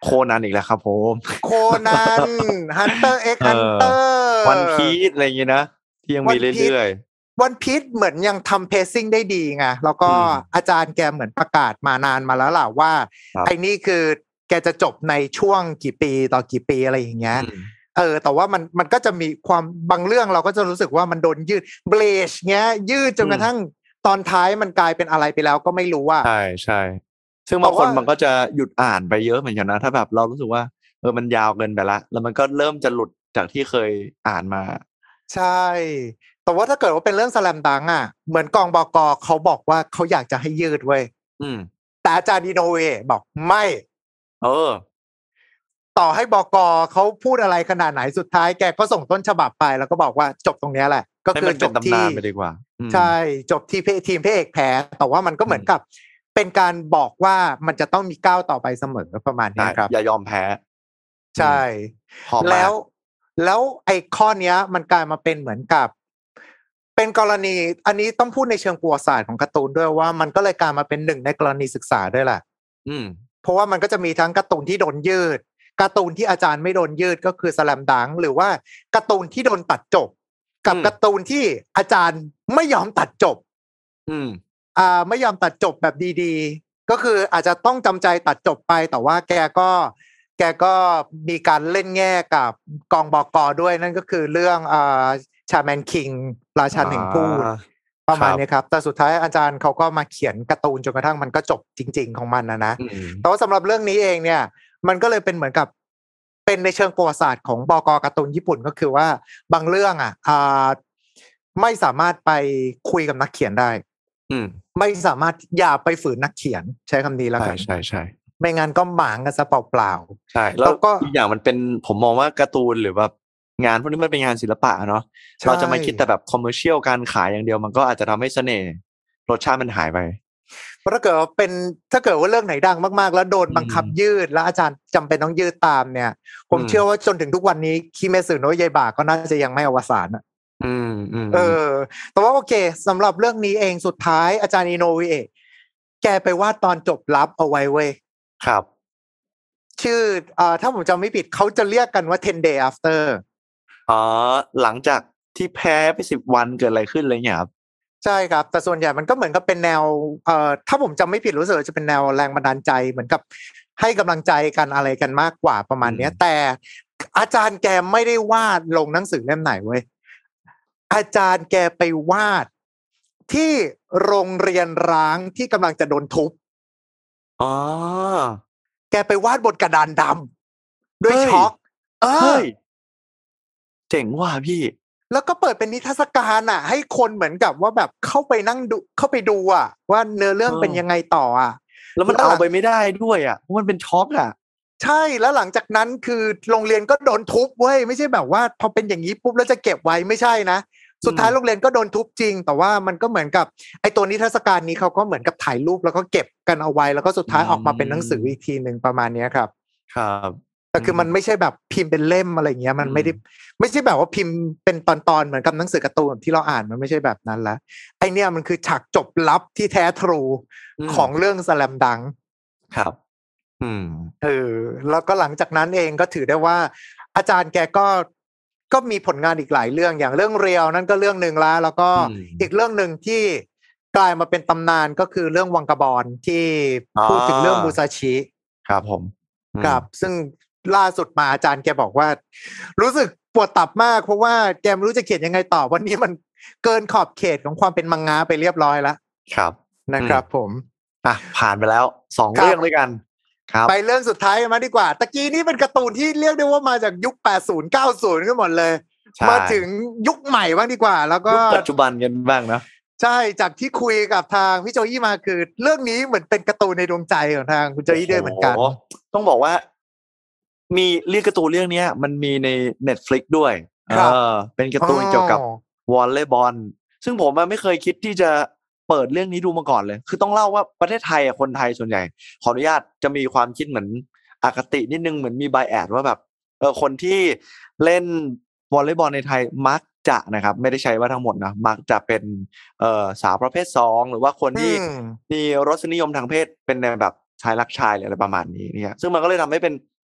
โคนันอีกแล้วครับผมโคนันฮันเตอร์เอ็กฮันเตอร์วันพีซอะไรอย่างงี้นะที่ยังมีเรื่อยๆวันพีซเหมือนยังทำเพซซิ่งได้ดีไงแล้วก็อาจารย์แกเหมือนประกาศมานานมาแล้วล่ะว่าไอ้นี่คือแกจะจบในช่วงกี่ปีต่อกี่ปีอะไรอย่างเงี้ยเออแต่ว่ามันมันก็จะมีความบางเรื่องเราก็จะรู้สึกว่ามันโดนยืดเบลชเงี้ยยืดจนกระทั่งตอนท้ายมันกลายเป็นอะไรไปแล้วก็ไม่รู้ว่าใช่ใช่ซึ่งบางคนมันก็จะหยุดอ่านไปเยอะเหมือนกันนะถ้าแบบเรารู้สึกว่าเออมันยาวเกินไปละแล้วมันก็เริ่มจะหลุดจากที่เคยอ่านมาใช่แต่ว่าถ้าเกิดว่าเป็นเรื่องสแลมดังอ่ะเหมือนกองบก.เขาบอกว่าเขาอยากจะให้ยืดเว้ยแต่อาจารย์อิโนเวะบอกไม่เออต่อให้บก.เขาพูดอะไรขนาดไหนสุดท้ายแกก็ส่งต้นฉบับไปแล้วก็บอกว่าจบตรงนี้แหละก็คือจบที่ไปดีกว่าใช่จบที่ทีมพระเอกแพ้แต่ว่ามันก็เหมือนกับเป็นการบอกว่ามันจะต้องมีก้าวต่อไปเสมอประมาณนี้ครับอย่ายอมแพ้ใช่แล้วแล้วไอ้ข้อนี้มันกลายมาเป็นเหมือนกับเป็นกรณีอันนี้ต้องพูดในเชิงประวัติศาสตร์ของการ์ตูนด้วยว่ามันก็เลยกลายมาเป็นหนึ่งในกรณีศึกษาด้วยแหละเพราะว่ามันก็จะมีทั้งการ์ตูนที่โดนยืดการ์ตูนที่อาจารย์ไม่โดนยืดก็คือสแลมดังหรือว่าการ์ตูนที่โดนตัดจบกับการ์ตูนที่อาจารย์ไม่ยอมตัดจบอืมอ่าไม่ยอมตัดจบแบบดีๆก็คืออาจจะต้องจำใจตัดจบไปแต่ว่าแกก็แกก็มีการเล่นแง่กับกองบก.ด้วยนั่นก็คือเรื่องอ่าชาแมนคิงราชันแห่งพูดประมาณนี้ครับแต่สุดท้ายอาจารย์เขาก็มาเขียนการ์ตูนจนกระทั่งมันก็จบจริงๆของมันนะนะแต่ว่าสำหรับเรื่องนี้เองเนี่ยมันก็เลยเป็นเหมือนกับเป็นในเชิงประวัติศาสตร์ของบก.การ์ตูนญี่ปุ่นก็คือว่าบางเรื่องอ่ะอ่าไม่สามารถไปคุยกับนักเขียนได้ไม่สามารถอย่าไปฝืนนักเขียนใช้คำนี้แล้วกันใช่ใช่ไม่งั้นก็หมางกันซะเปล่าๆใช่แล้วก็อีกอย่างมันเป็นผมมองว่าการ์ตูนหรือแบบงานพวกนี้มันเป็นงานศิลปะเนาะเราจะไม่คิดแต่แบบคอมเมอร์เชียลการขายอย่างเดียวมันก็อาจจะทำให้เสน่ห์รสชาติมันหายไปเพราะถ้าเกิดว่าเป็นถ้าเกิดว่าเรื่องไหนดังมากๆแล้วโดนบังคับยืดแล้วอาจารย์จำเป็นต้องยืดตามเนี่ยผมเชื่อว่าจนถึงทุกวันนี้คิเมสึโนะยายบะก็น่าจะยังไม่อวสานอ่ะอืมอืมเออแต่ว่าโอเคสำหรับเรื่องนี้เองสุดท้ายอาจารย์อิโนเวะแกไปวาดตอนจบลับเอาไว้เว้ยครับชื่ออ่าถ้าผมจำไม่ผิดเขาจะเรียกกันว่า ten day after อ๋อหลังจากที่แพ้ไปสิบวันเกิดอะไรขึ้นอะไรเงี้ยครับใช่ครับแต่ส่วนใหญ่มันก็เหมือนกับเป็นแนวเอ่อถ้าผมจำไม่ผิดรู้สึกจะเป็นแนวแรงบันดาลใจเหมือนกับให้กำลังใจกันอะไรกันมากกว่าประมาณนี้แต่อาจารย์แกไม่ได้วาดลงหนังสือเล่มไหนเว้ยอาจารย์แกไปวาดที่โรงเรียนร้างที่กำลังจะโดนทุบอ๋อแกไปวาดบนกระดานดำด้วยช็อกเออเจ๋งว่ะพี่แล้วก็เปิดเป็นนิทรรศการอ่ะให้คนเหมือนกับว่าแบบเข้าไปนั่งดูเข้าไปดูอ่ะว่าเนื้อเรื่องเป็นยังไงต่ออ่ะแล้วมันเอาไปไม่ได้ด้วยอ่ะเพราะมันเป็นช็อกอ่ะใช่แล้วหลังจากนั้นคือโรงเรียนก็โดนทุบเว้ยไม่ใช่แบบว่าพอเป็นอย่างนี้ปุ๊บแล้วจะเก็บไว้ไม่ใช่นะสุดท้ายโรงเรียนก็โดนทุบจริงแต่ว่ามันก็เหมือนกับไอ้ตัวนิทรรศการนี้เขาก็เหมือนกับถ่ายรูปแล้วก็เก็บกันเอาไว้แล้วก็สุดท้ายออกมาเป็นหนังสืออีกทีนึงประมาณนี้ครับครับแต่คือมันไม่ใช่แบบพิมพ์เป็นเล่มอะไรเงี้ยมันไม่ได้ไม่ใช่แบบว่าพิมพ์เป็นตอนๆเหมือนกับหนังสือการ์ตูนที่เราอ่านมันไม่ใช่แบบนั้นละไอเนี้ยมันคือฉากจบลับที่แท้ทรูของเรื่องสแลมดังครับอืมเออแล้วก็หลังจากนั้นเองก็ถือได้ว่าอาจารย์แกก็ก็มีผลงานอีกหลายเรื่องอย่างเรื่องเรียวนั่นก็เรื่องนึงแล้วแล้วก็อีกเรื่องนึงที่กลายมาเป็นตำนานก็คือเรื่องวังกบอนที่พูดถึงเรื่องมูซาชิครับผมครับซึ่งล่าสุดมาอาจารย์แกบอกว่ารู้สึกปวดตับมากเพราะว่าแกไม่รู้จะเขียนยังไงต่อวันนี้มันเกินขอบเขตของความเป็นมังงะไปเรียบร้อยแล้วครับนะครับผมอ่ะผ่านไปแล้วสองเรื่องด้วยกันครับไปเรื่องสุดท้ายมาดีกว่าตะกี้นี่เป็นการ์ตูนที่เรียกได้ว่ามาจากยุคแปดสิบ เก้าสิบกันหมดเลยมาถึงยุคใหม่บ้างดีกว่าแล้วก็ปัจจุบันกันบ้างนะใช่จากที่คุยกับทางพี่โจยี่มาคือเรื่องนี้เหมือนเป็นการ์ตูนในดวงใจของทางคุณโจยี่ด้วยเหมือนกันต้องบอกว่ามีเรื่องการ์ตูนเรื่องนี้มันมีใน Netflix ด้วยเออเป็นการ์ตูนเกี่ยวกับวอลเลย์บอลซึ่งผมไม่เคยคิดที่จะเปิดเรื่องนี้ดูมาก่อนเลยคือต้องเล่าว่าประเทศไทยอ่ะคนไทยส่วนใหญ่ขออนุญาตจะมีความคิดเหมือนอคตินิดนึงเหมือนมีไบแอสว่าแบบเออคนที่เล่นวอลเลย์บอลในไทยมักจะนะครับไม่ได้ใช้ว่าทั้งหมดนะมักจะเป็นเอ่อสาวประเภทสองหรือว่าคนที่มีรสนิยมทางเพศเป็นในแบบชายรักชายอะไรประมาณนี้เนี่ยซึ่งมันก็เลยทำให้เป็น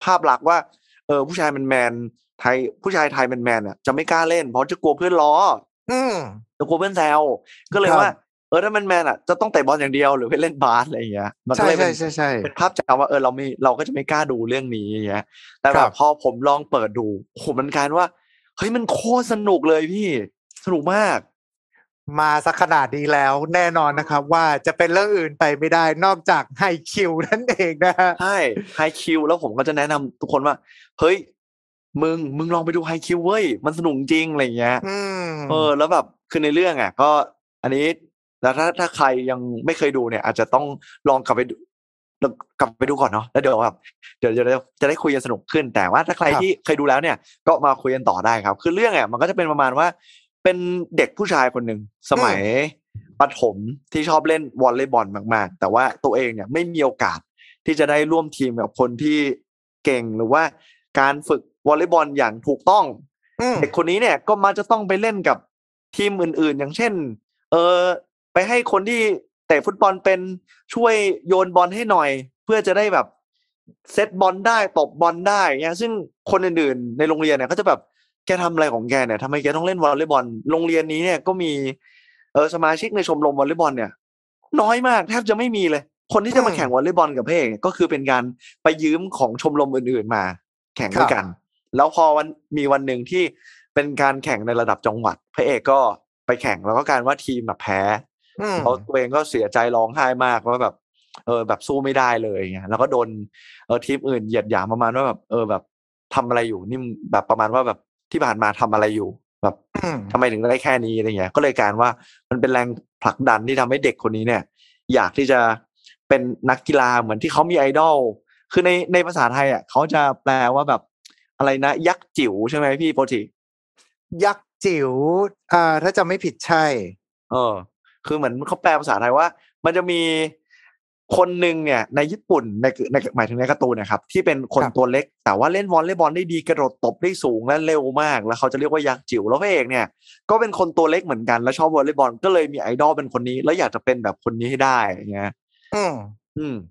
ภาพลักษณ์ว่าเออผู้ชายแมนๆไทยผู้ชายไทยแมนๆอ่ะจะไม่กล้าเล่นเพราะจะกลัวเพื่อนล้ออืมจะกลัวเพื่อนแซวก็เลยว่าเออถ้าแมนๆอ่ะจะต้องเตะบอลอย่างเดียวหรือไปเล่นบาสอะไรอย่างเงี้ยมันก็เลยเป็นเป็นภาพจำว่าเออเราไม่เราก็จะไม่กล้าดูเรื่องนี้อย่างเงี้ยแต่แบบพอผมลองเปิดดูโหมันกลายว่าเฮ้ยมันโคตรสนุกเลยพี่สนุกมากมาสักขนาดนี้แล้วแน่นอนนะครับว่าจะเป็นเรื่องอื่นไปไม่ได้นอกจากไฮคิวนั่นเองนะฮะใช่ไฮคิวแล้วผมก็จะแนะนำทุกคนว่าเฮ้ยมึงมึงลองไปดูไฮคิวเว้ยมันสนุกจริงอะไรเงี้ยเออแล้วแบบคือในเรื่องอ่ะก็อันนี้แล้วถ้าถ้าใครยังไม่เคยดูเนี่ยอาจจะต้องลองกลับไปดูกลับไปดูก่อนเนาะแล้วเดี๋ยวแบบเดี๋ยวจะจะได้คุยกันสนุกขึ้นแต่ว่าถ้าใครที่เคยดูแล้วเนี่ยก็มาคุยกันต่อได้ครับคือเรื่องอ่ะมันก็จะเป็นประมาณว่าเป็นเด็กผู้ชายคนหนึ่งสมัยประถมที่ชอบเล่นวอลเลย์บอลมากๆแต่ว่าตัวเองเนี่ยไม่มีโอกาสที่จะได้ร่วมทีมกับคนที่เก่งหรือว่าการฝึกวอลเลย์บอลอย่างถูกต้องเด็กคนนี้เนี่ยก็มาจะต้องไปเล่นกับทีมอื่นๆอย่างเช่นเออไปให้คนที่เตะฟุตบอลเป็นช่วยโยนบอลให้หน่อยเพื่อจะได้แบบเซตบอลได้ตบบอลได้เงี้ยซึ่งคนอื่นๆในโรงเรียนเนี่ยก็จะแบบแกทำอะไรของแกเนี่ยทำไมแกต้องเล่นวอลเลย์บอลโรงเรียนนี้เนี่ยก็มีเออสมาชิกในชมรมวอลเลย์บอลเนี่ยน้อยมากแทบจะไม่มีเลยคนที่จะมาแข่งวอลเลย์บอลกับพระเอกก็คือเป็นการไปยืมของชมรมอื่นๆมาแข่งด้วยกันแล้วพอวันมีวันหนึ่งที่เป็นการแข่งในระดับจังหวัดพระเอกก็ไปแข่งแล้วก็การว่าทีมแบบแพ้เขาตัวเองก็เสียใจร้องไห้มากว่าแบบเออแบบสู้ไม่ได้เลยเงี้ยแล้วก็โดนเออทีมอื่นเหยียดหยามประมาณว่าแบบเออแบบทำอะไรอยู่นี่แบบประมาณว่าแบบที่ผ่านมาทำอะไรอยู่แบบทำไมถึงได้แค่นี้อะไรเงี้ยก็เลยการว่ามันเป็นแรงผลักดันที่ทำให้เด็กคนนี้เนี่ยอยากที่จะเป็นนักกีฬาเหมือนที่เขามีไอดอลคือในในภาษาไทยอ่ะเขาจะแปลว่าแบบอะไรนะยักษ์จิ๋วใช่ไหมพี่โปรติยักษ์จิ๋วอ่าถ้าจะไม่ผิดใช่เออคือเหมือนเขาแปลภาษาไทยว่ามันจะมีคนหนึ่งเนี่ยในญี่ปุ่นในในหมายถึงในการ์ตูนนะครับที่เป็นคนตัวเล็กแต่ว่าเล่นวอลเลย์บอลได้ดีกระโดดตบได้สูงและเร็วมากแล้วเขาจะเรียกว่ายักษ์จิ๋วแล้วพระเอกเนี่ยก็เป็นคนตัวเล็กเหมือนกันแล้วชอบวอลเลย์บอลก็เลยมีไอดอลเป็นคนนี้แล้วอยากจะเป็นแบบคนนี้ให้ได้อย่างเงี้ยอืมอืม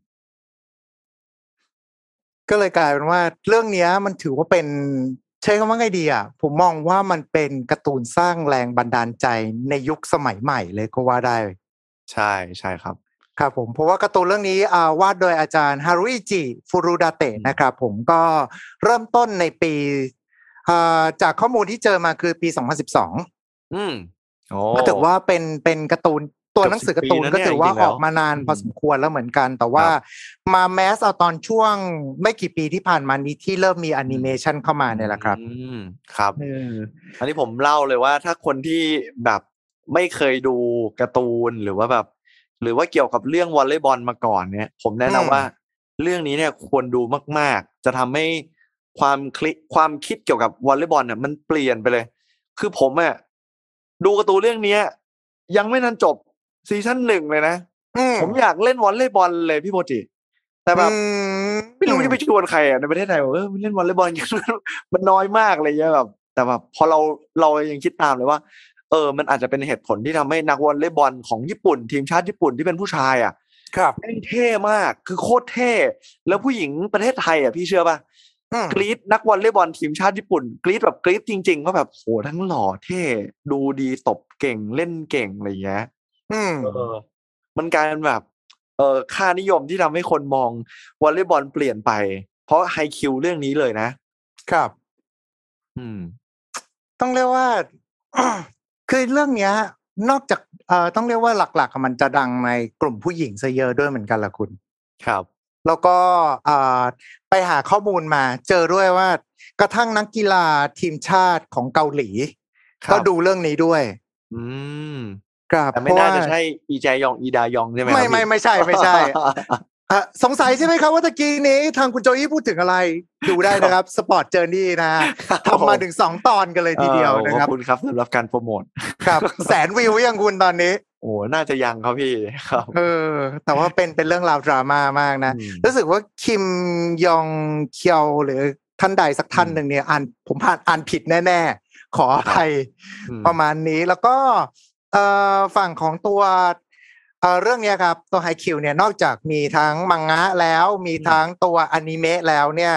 ก็เลยกลายเป็นว่าเรื่องนี้มันถือว่าเป็นใช้คำว่าไงดีอ่ะผมมองว่ามันเป็นการ์ตูนสร้างแรงบันดาลใจในยุคสมัยใหม่เลยก็ว่าได้ใช่ใช่ครับครับผมเพราะว่าการ์ตูนเรื่องนี้อ่าวาดโดยอาจารย์ฮารุอิจิฟุรุดาเตะนะครับผมก็เริ่มต้นในปีอ่าจากข้อมูลที่เจอมาคือปีสองพันสิบสองอืมโอ้ก็ถือว่าเป็นเป็นการ์ตูนตัวหนังสือการ์ตูนก็ถือว่าออกมานานพอสมควรแล้วเหมือนกันแต่ว่ามาแมสเอาตอนช่วงไม่กี่ปีที่ผ่านมานี้ที่เริ่มมีแอนิเมชันเข้ามาเนี่ยแหละครับอืมครับอันนี้ผมเล่าเลยว่าถ้าคนที่แบบไม่เคยดูการ์ตูนหรือว่าแบบหรือว่าเกี่ยวกับเรื่องวอลเลย์บอลมาก่อนเนี่ยผมแนะนำว่าเรื่องนี้เนี่ยควรดูมากๆจะทำให้ความคลิความคิดเกี่ยวกับวอลเลย์บอลเนี่ยมันเปลี่ยนไปเลยคือผมอ่ะดูการ์ตูนเรื่องนี้ยังไม่ทันจบซีซั่นหนึ่งเลยนะผมอยากเล่นวอลเลย์บอลเลยพี่โมจิแต่แบบไม่รู้จะไปชวนใครอ่ะในประเทศไทยเออเล่นวอลเลย์บอลมันน้อยมากเลยเงี้ยแบบแต่แบบพอเราเรายังคิดตามเลยว่าเออมันอาจจะเป็นเหตุผลที่ทำให้นักวอลเลย์บอลของญี่ปุ่นทีมชาติญี่ปุ่นที่เป็นผู้ชายอ่ะครับเล่นเท่มากคือโคตรเท่แล้วผู้หญิงประเทศไทยอ่ะพี่เชื่อป่ะกรี๊ดนักวอลเลย์บอลทีมชาติญี่ปุ่นกรี๊ดแบบกรี๊ดจริงๆก็แบบโหทั้งหล่อเท่ดูดีตบเก่งเล่นเก่งอะไรเงี้ยอืมเออมันกลายเป็นแบบเออค่านิยมที่ทำให้คนมองวอลเลย์บอลเปลี่ยนไปเพราะไฮคิวเรื่องนี้เลยนะครับอืมต้องเรียกว่าคือเรื่องเนี้ยนอกจากเอ่อต้องเรียกว่าหลักๆมันจะดังในกลุ่มผู้หญิงซะเยอะด้วยเหมือนกันล่ะคุณครับแล้วก็อ่าไปหาข้อมูลมาเจอด้วยว่ากระทั่งนักกีฬาทีมชาติของเกาหลีก็ดูเรื่องนี้ด้วยอืมแต่ไม่น่าจะใช่อีแจยองอีดายองใช่ไหมไม่ไม่ไม่ใช่ไม่ใช่สงสัยใช่ไหมครับว่าตะกี้นี้ทางคุณโจอี้พูดถึงอะไรดูได้นะครับสปอร์ตเจอร์นี่นะทำมาถึงสองตอนกันเลยทีเดียวนะครับขอบคุณครับสำหรับการโปรโมทครับแสนวิวยังคุณตอนนี้โอ้น่าจะยังครับพี่ครับเออแต่ว่าเป็นเป็นเรื่องราวดราม่ามากนะรู้สึกว่าคิมยองเคียวหรือท่านใดสักท่านหนึ่งเนี่ยอ่านผมผ่านอ่านผิดแน่ๆขออภัยประมาณนี้แล้วก็เอ่อฝั่งของตัวเอ่อเรื่องนี้ครับตัวไฮคิวเนี่ยนอกจากมีทั้งมังงะแล้วมีทั้งตัวอนิเมะแล้วเนี่ย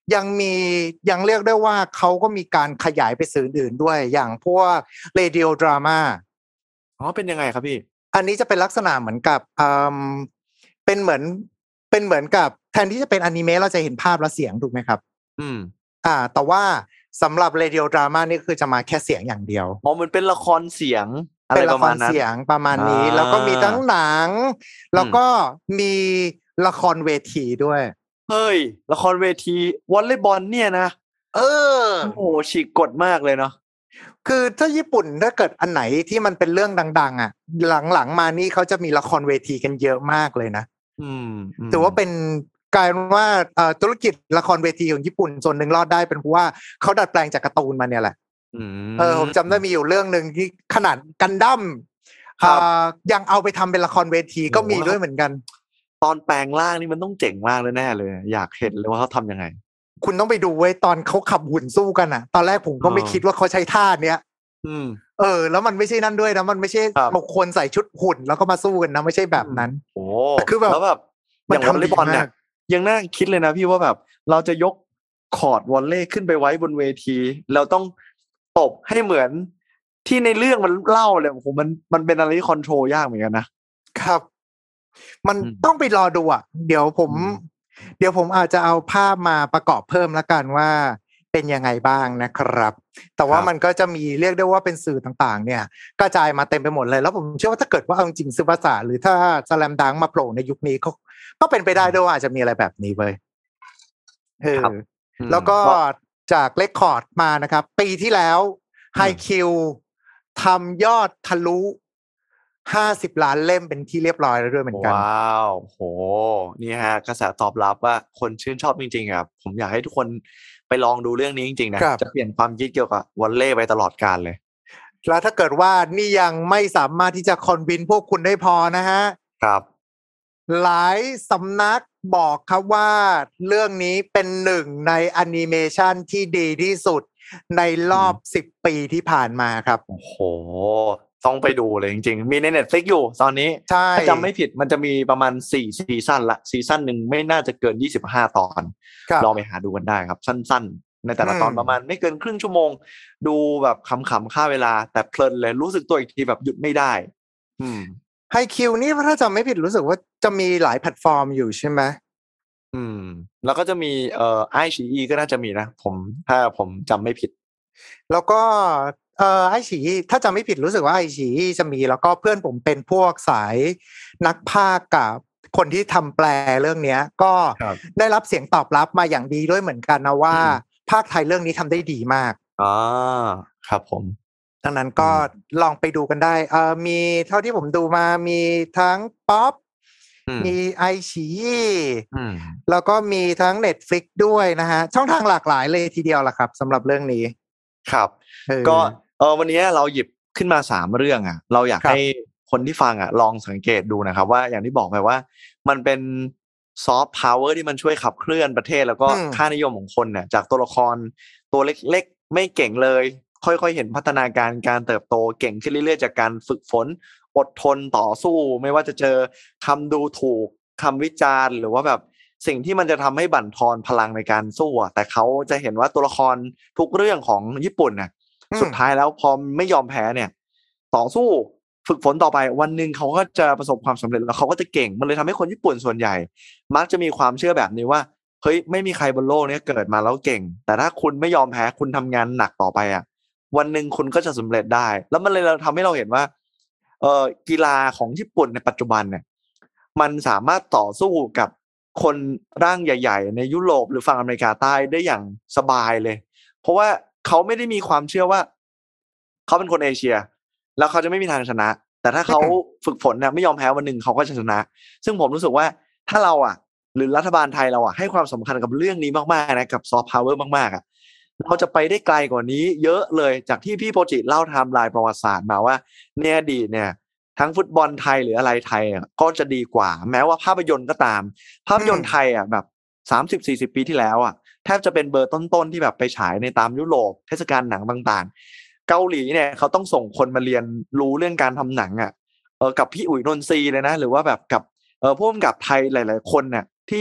ยังมียังเรียกได้ว่าเขาก็มีการขยายไปสื่ออื่นด้วยอย่างพวกเรดิโอดราม่าอ๋อเป็นยังไงครับพี่อันนี้จะเป็นลักษณะเหมือนกับอืมเป็นเหมือนเป็นเหมือนกับแทนที่จะเป็นอนิเมะเราจะเห็นภาพและเสียงถูกไหมครับอืมอ่าแต่ว่าสำหรับเรดิโอดราม่านี่คือจะมาแค่เสียงอย่างเดียวอ๋อมันเป็นละครเสียงอะไรประมาณนั้นเสียงประมาณนี้แล้วก็มีทั้งหนังแล้วก็มีละครเวทีด้วยเฮ้ยละครเวทีวอลเลย์บอลเนี่ยนะเออโอ้โหฉีกกฎมากเลยเนาะคือถ้าญี่ปุ่นถ้าเกิดอันไหนที่มันเป็นเรื่องดังๆอ่ะหลังๆมานี่เขาจะมีละครเวทีกันเยอะมากเลยนะอืมถือว่าเป็นกลายเป็นว่าธุรกิจละครเวทีของญี่ปุ่นส่วนหนึ่งรอดได้เป็นเพราะว่าเขาดัดแปลงจากการ์ตูนมาเนี่ยแหละเออผมจำได้มีอยู่เรื่องนึงที่ขนาดกันดั้มยังเอาไปทำเป็นละครเวทีก็มีด้วยเหมือนกันตอนแปลงร่างนี่มันต้องเจ๋งมากเลยแน่เลยอยากเห็นเลยว่าเขาทำยังไงคุณต้องไปดูไว้ตอนเขาขับหุ่นสู้กันอ่ะตอนแรกผมก็ไม่คิดว่าเขาใช้ท่าเนี้ยอืมเออแล้วมันไม่ใช่นั่นด้วยนะมันไม่ใช่เอาคนใส่ชุดหุ่นแล้วก็มาสู้กันนะไม่ใช่แบบนั้นโอ้คือแบบแล้วแบบอย่างวอลเลย์บอลเนี่ยยังน่าคิดเลยนะพี่ว่าแบบเราจะยกคอร์ดวอลเลย์ขึ้นไปไว้บนเวทีเราต้องตบให้เหมือนที่ในเรื่องมันเล่าเลยผมมันมันเป็นอะไรที่คอนโทรลยากเหมือนกันนะครับมันต้องไปรอดูอ่ะเดี๋ยวผมเดี๋ยวผมอาจจะเอาภาพมาประกอบเพิ่มละกันว่าเป็นยังไงบ้างนะครับแต่ว่ามันก็จะมีเรียกได้ว่าเป็นสื่อต่างๆเนี่ยกระจายมาเต็มไปหมดเลยแล้วผมเชื่อว่าถ้าเกิดว่าเอาจริงๆซึบาสะหรือถ้าสแลมดังมาโผล่ในยุคนี้ก็ก็เป็นไปได้ด้วยว่าอาจจะมีอะไรแบบนี้เลยเออแล้วก็จากเรคคอร์ดมานะครับปีที่แล้วไฮคิวทำยอดทะลุห้าสิบล้านเล่มเป็นที่เรียบร้อยแล้วด้วยเหมือนกันว้าวโหนี่ฮะกระแสตอบรับว่าคนชื่นชอบจริงๆครับผมอยากให้ทุกคนไปลองดูเรื่องนี้จริงๆนะจะเปลี่ยนความคิดเกี่ยวกับวอลเลย์ไปตลอดกาลเลยแล้วถ้าเกิดว่านี่ยังไม่สามารถที่จะคอนวินพวกคุณได้พอนะฮะครับหลายสำนักบอกครับว่าเรื่องนี้เป็นหนึ่งในแอนิเมชันที่ดีที่สุดในรอบสิบปีที่ผ่านมาครับโอ้โหต้องไปดูเลยจริงๆมีใน Netflix อยู่ตอนนี้ถ้าจำไม่ผิดมันจะมีประมาณสี่ซีซั่นละซีซั่นหนึ่งไม่น่าจะเกินยี่สิบห้าตอนลองไปหาดูกันได้ครับสั้นๆในแต่ละตอนประมาณไม่เกินครึ่งชั่วโมงดูแบบขำๆฆ่าเวลาแต่เพลินเลยรู้สึกตัวอีกทีแบบหยุดไม่ได้อืมไฮคิวนี่ถ้าจำไม่ผิดรู้สึกว่าจะมีหลายแพลตฟอร์มอยู่ใช่ไหมอืมแล้วก็จะมีเอ่อไอชีอีก็น่าจะมีนะผมถ้าผมจำไม่ผิดแล้วก็เอ่อไอฉีถ้าจำไม่ผิดรู้สึกว่าไอฉีจะมีแล้วก็เพื่อนผมเป็นพวกสายนักพากย์กับคนที่ทำแปลเรื่องนี้ก็ได้รับเสียงตอบรับมาอย่างดีด้วยเหมือนกันนะว่าภาคไทยเรื่องนี้ทำได้ดีมากอ๋อครับผมดังนั้นก็ลองไปดูกันได้เอ่อมีเท่าที่ผมดูมามีทั้งป๊อปมีไอฉีแล้วก็มีทั้ง Netflix ด้วยนะฮะช่องทางหลากหลายเลยทีเดียวล่ะครับสำหรับเรื่องนี้ครับก็เออวันนี้เราหยิบขึ้นมาสามเรื่องอ่ะเราอยากให้คนที่ฟังอ่ะลองสังเกตดูนะครับว่าอย่างที่บอกไปว่ามันเป็นซอฟต์พาวเวอร์ที่มันช่วยขับเคลื่อนประเทศแล้วก็ค่านิยมของคนเนี่ยจากตัวละครตัวเล็กๆไม่เก่งเลยค่อยๆเห็นพัฒนาการการเติบโตเก่งขึ้นเรื่อยๆจากการฝึกฝนอดทนต่อสู้ไม่ว่าจะเจอคำดูถูกคำวิจารณ์หรือว่าแบบสิ่งที่มันจะทำให้บั่นทอนพลังในการสู้แต่เขาจะเห็นว่าตัวละครทุกเรื่องของญี่ปุ่นน่ะสุดท้ายแล้วพอไม่ยอมแพ้เนี่ยต่อสู้ฝึกฝนต่อไปวันนึงเขาก็จะประสบความสำเร็จแล้วเขาก็จะเก่งมันเลยทำให้คนญี่ปุ่นส่วนใหญ่มักจะมีความเชื่อแบบนี้ว่าเฮ้ยไม่มีใครบนโลกนี้เกิดมาแล้วเก่งแต่ถ้าคุณไม่ยอมแพ้คุณทำงานหนักต่อไปอ่ะวันนึงคุณก็จะสำเร็จได้แล้วมันเลยเราทำให้เราเห็นว่าเอ่อกีฬาของญี่ปุ่นในปัจจุบันเนี่ยมันสามารถต่อสู้กับคนร่างใหญ่ๆในยุโรปหรือฝั่งอเมริกาใต้ได้อย่างสบายเลยเพราะว่าเขาไม่ได้มีความเชื่อว่าเขาเป็นคนเอเชียแล้วเขาจะไม่มีทางชนะแต่ถ้าเขาฝึกฝนเนี่ยไม่ยอมแพ้วันหนึ่งเขาก็จะชนะซึ่งผมรู้สึกว่าถ้าเราอ่ะหรือรัฐบาลไทยเราอ่ะให้ความสำคัญกับเรื่องนี้มากๆนะกับซอฟต์พาวเวอร์มากๆอ่ะเราจะไปได้ไกลกว่านี้เยอะเลยจากที่พี่โปจิเล่าไทม์ไลน์ประวัติศาสตร์มาว่าในอดีตเนี่ยทั้งฟุตบอลไทยหรืออะไรไทยอ่ะก็จะดีกว่าแม้ว่าภาพยนตร์ก็ตามภาพยนตร์ไทยอ่ะแบบ สามสิบสี่สิบ ปีที่แล้วอ่ะแทบจะเป็นเบอร์ต้นๆที่แบบไปฉายในตามยุโรปเทศกาลหนังต่างๆเกาหลีเนี่ยเขาต้องส่งคนมาเรียนรู้เรื่องการทำหนังอ่ะเออกับพี่อุ๋ยนนทรีเลยนะหรือว่าแบบกับเออผู้กำกับไทยหลายๆคนเนี่ยที่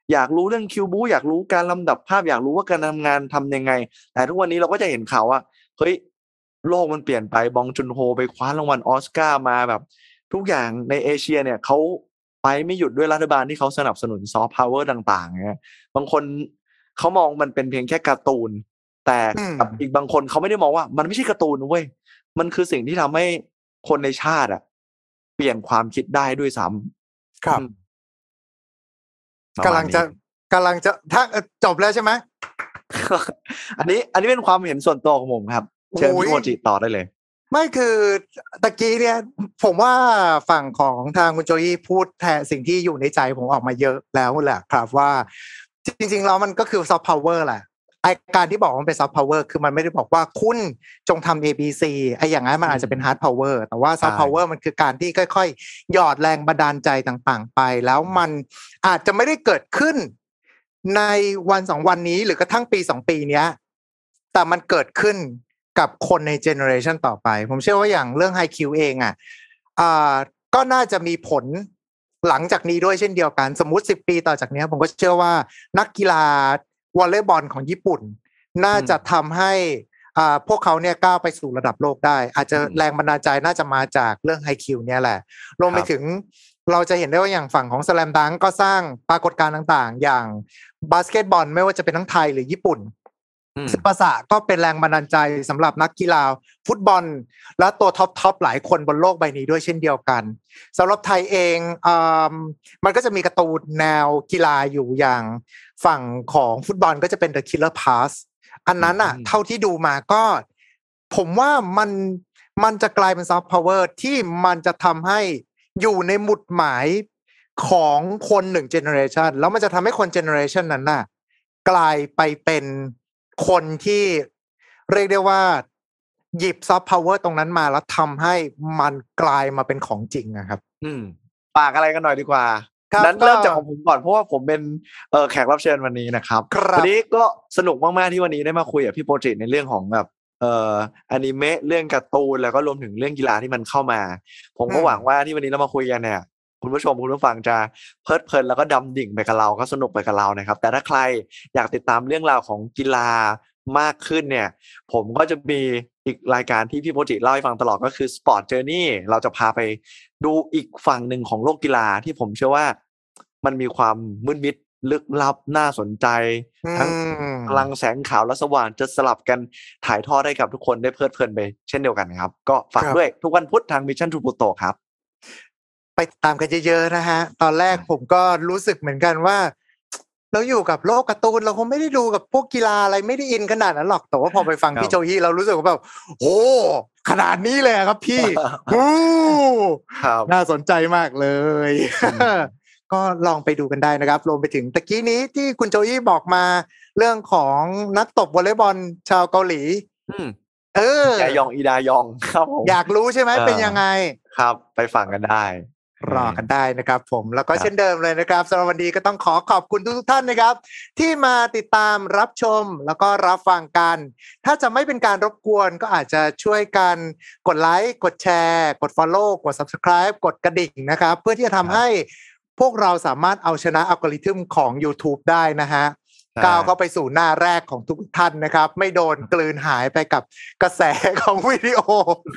อยากรู้เรื่องคิวบูอยากรู้การลำดับภาพอยากรู้ว่าการทำงานทำยังไงแต่ทุกวันนี้เราก็จะเห็นข่าวว่าเฮ้ยโลกมันเปลี่ยนไปบองจุนโฮไปคว้ารางวัลออสการ์มาแบบทุกอย่างในเอเชียเนี่ยเขาไปไม่หยุดด้วยรัฐบาลที่เขาสนับสนุนซอฟต์พาวเวอร์ต่างๆเนี่ยบางคนเขามองมันเป็นเพียงแค่การ์ตูนแต่กับอีกบางคนเขาไม่ได้มองว่ามันไม่ใช่การ์ตูนเว้ยมันคือสิ่งที่ทำให้คนในชาติอะเปลี่ยนความคิดได้ด้วยซ้ำครับกำลังจะกำลังจะถ้าจบแล้วใช่ไหมอันนี้อันนี้เป็นความเห็นส่วนตัวของผมครับเชิญพี่โมจิต่อได้เลยไม่คือตะกี้เนี่ยผมว่าฝั่งของทางคุณโจยี่พูดแทนสิ่งที่อยู่ในใจผมออกมาเยอะแล้วแหละครับว่าจริงๆแล้วมันก็คือซอฟต์พาวเวอร์แหละไอการที่บอกว่ามันเป็นซอฟต์พาวเวอร์คือมันไม่ได้บอกว่าคุณจงทำ เอ บี ซี ไออย่างนั้นมันอาจจะเป็นฮาร์ดพาวเวอร์แต่ว่าซอฟต์พาวเวอร์มันคือการที่ค่อยๆหยอดแรงบันดาลใจต่างๆไปแล้วมันอาจจะไม่ได้เกิดขึ้นในวันสองวันนี้หรือกระทั่งปีสองปีเนี้ยแต่มันเกิดขึ้นกับคนในเจเนอเรชันต่อไปผมเชื่อว่าอย่างเรื่อง ไฮ คิว เองอ่ะอ่าก็น่าจะมีผลหลังจากนี้ด้วยเช่นเดียวกันสมมุติสิบปีต่อจากนี้ผมก็เชื่อว่านักกีฬาวอลเลย์บอลของญี่ปุ่นน่าจะทำให้อ่าพวกเขาเนี่ยก้าวไปสู่ระดับโลกได้อาจจะแรงบันดาลใจน่าจะมาจากเรื่อง ไฮ คิว เนี่ยแหละรวมไปถึงเราจะเห็นได้ว่าอย่างฝั่งของสแลมดังก์ก็สร้างปรากฏการณ์ต่างๆอย่างบาสเกตบอลไม่ว่าจะเป็นทั้งไทยหรือญี่ปุ่นศิลปะก็เป็นแรงบันดาลใจสำหรับนักกีฬาฟุตบอลและตัวท็อปท็อปหลายคนบนโลกใบนี้ด้วยเช่นเดียวกันสำหรับไทยเองอ่ามันก็จะมีการ์ตูนแนวกีฬาอยู่อย่างฝั่งของฟุตบอลก็จะเป็น The Killer Pass อันนั้นอ่ะเท่าที่ดูมาก็ผมว่ามันมันจะกลายเป็นซอฟต์พาวเวอร์ที่มันจะทำให้อยู่ในหมุดหมายของคนหนึ่งเจเนอเรชันแล้วมันจะทำให้คนเจเนอเรชันนั้นน่ะกลายไปเป็นคนที่เรียกได้ว่าหยิบซอฟต์พาวเวอร์ตรงนั้นมาแล้วทำให้มันกลายมาเป็นของจริงนะครับอืมฝากอะไรกันหน่อยดีกว่านั้นเริ่มจากของผมก่อนเพราะว่าผมเป็นเอ่อแขกรับเชิญวันนี้นะครับวันนี้ก็สนุกมากๆที่วันนี้ได้มาคุยกับพี่โปรเจกต์ในเรื่องของแบบเอ่ออนิเมะเรื่องการ์ตูนแล้วก็รวมถึงเรื่องกีฬาที่มันเข้ามาผมก็หวังว่าที่วันนี้เรามาคุยกันเนี่ยคุณผู้ชมคุณผู้ฟังจะเพลิดเพลินแล้วก็ดำดิ่งไปกับเราก็สนุกไปกับเรานะครับแต่ถ้าใครอยากติดตามเรื่องราวของกีฬามากขึ้นเนี่ยผมก็จะมีอีกรายการที่พี่โปรจิเล่าให้ฟังตลอดก็คือ Sport Journey เราจะพาไปดูอีกฝั่งหนึ่งของโลกกีฬาที่ผมเชื่อว่ามันมีความมืดมิดลึกลับน่าสนใจทั้งพลังแสงขาวและสว่างจะสลับกันถ่ายทอดให้กับทุกคนได้เพลิดเพลินไปเช่นเดียวกันครับก็ฝากด้วยทุกวันพุธทาง Mission to Pluto ครับไปตามกันเยอะๆนะฮะตอนแรกผมก็รู้สึกเหมือนกันว่าเราอยู่กับโลกการ์ตูนเราคงไม่ได้ดูกับพวกกีฬาอะไรไม่ได้อินขนาดนั้นหรอกแต่ว่าพอไปฟังพี่โจยี่เรารู้สึกว่าแบบโอ้ขนาดนี้เลยครับพี่โอ้น่าสนใจมากเลยก็ลองไปดูกันได้นะครับรวมไปถึงตะกี้นี้ที่คุณโจยี่บอกมาเรื่องของนักตบวอลเลย์บอลชาวเกาหลีเอออีดายองอีดายองครับผมอยากรู้ใช่ไหมเป็นยังไงครับไปฟังกันได้รอกันได้นะครับผมแล้วก็เช่นเดิมเลยนะครับสำหรับวันนี้ก็ต้องขอขอบคุณทุกท่านนะครับที่มาติดตามรับชมแล้วก็รับฟังกันถ้าจะไม่เป็นการรบกวนก็อาจจะช่วยกันกดไลค์กดแชร์กด follow กด subscribe กดกระดิ่งนะครับเพื่อที่จะทำให้พวกเราสามารถเอาชนะอัลกอริทึมของ YouTube ได้นะฮะก้าวเข้าไปสู่หน้าแรกของทุกท่านนะครับไม่โดนกลืนหายไปกับกระแสของวิดีโอ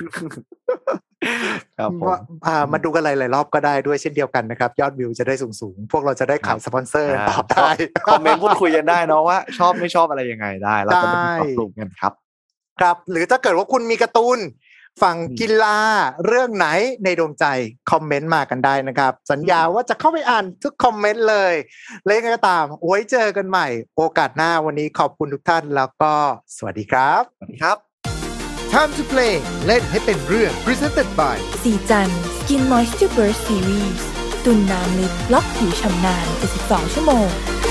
ครับผมมาดูกันหลายๆรอบก็ได้ด้วยเช่นเดียวกันนะครับยอดวิวจะได้สูงๆพวกเราจะได้ขายสปอนเซอร์ต่อได้คอมเมนต์พูดคุยกันได้เนาะว่าชอบไม่ชอบอะไรยังไงได้เราจะไปปรับปรุงกันครับครับหรือถ้าเกิดว่าคุณมีการ์ตูนฝั่งกีฬาเรื่องไหนในดวงใจคอมเมนต์มากันได้นะครับสัญญาว่าจะเข้าไปอ่านทุกคอมเมนต์เลยเล่นก็ตามไว้เจอกันใหม่โอกาสหน้าวันนี้ขอบคุณทุกท่านแล้วก็สวัสดีครับสวัสดีครับ Time to play เล่นให้เป็นเรื่อง Presented by สีจัน Skin Moisture Burst Series ตุ่นน้ำลึกล็อกผิวชำนานเจ็ดสิบสองชั่วโมง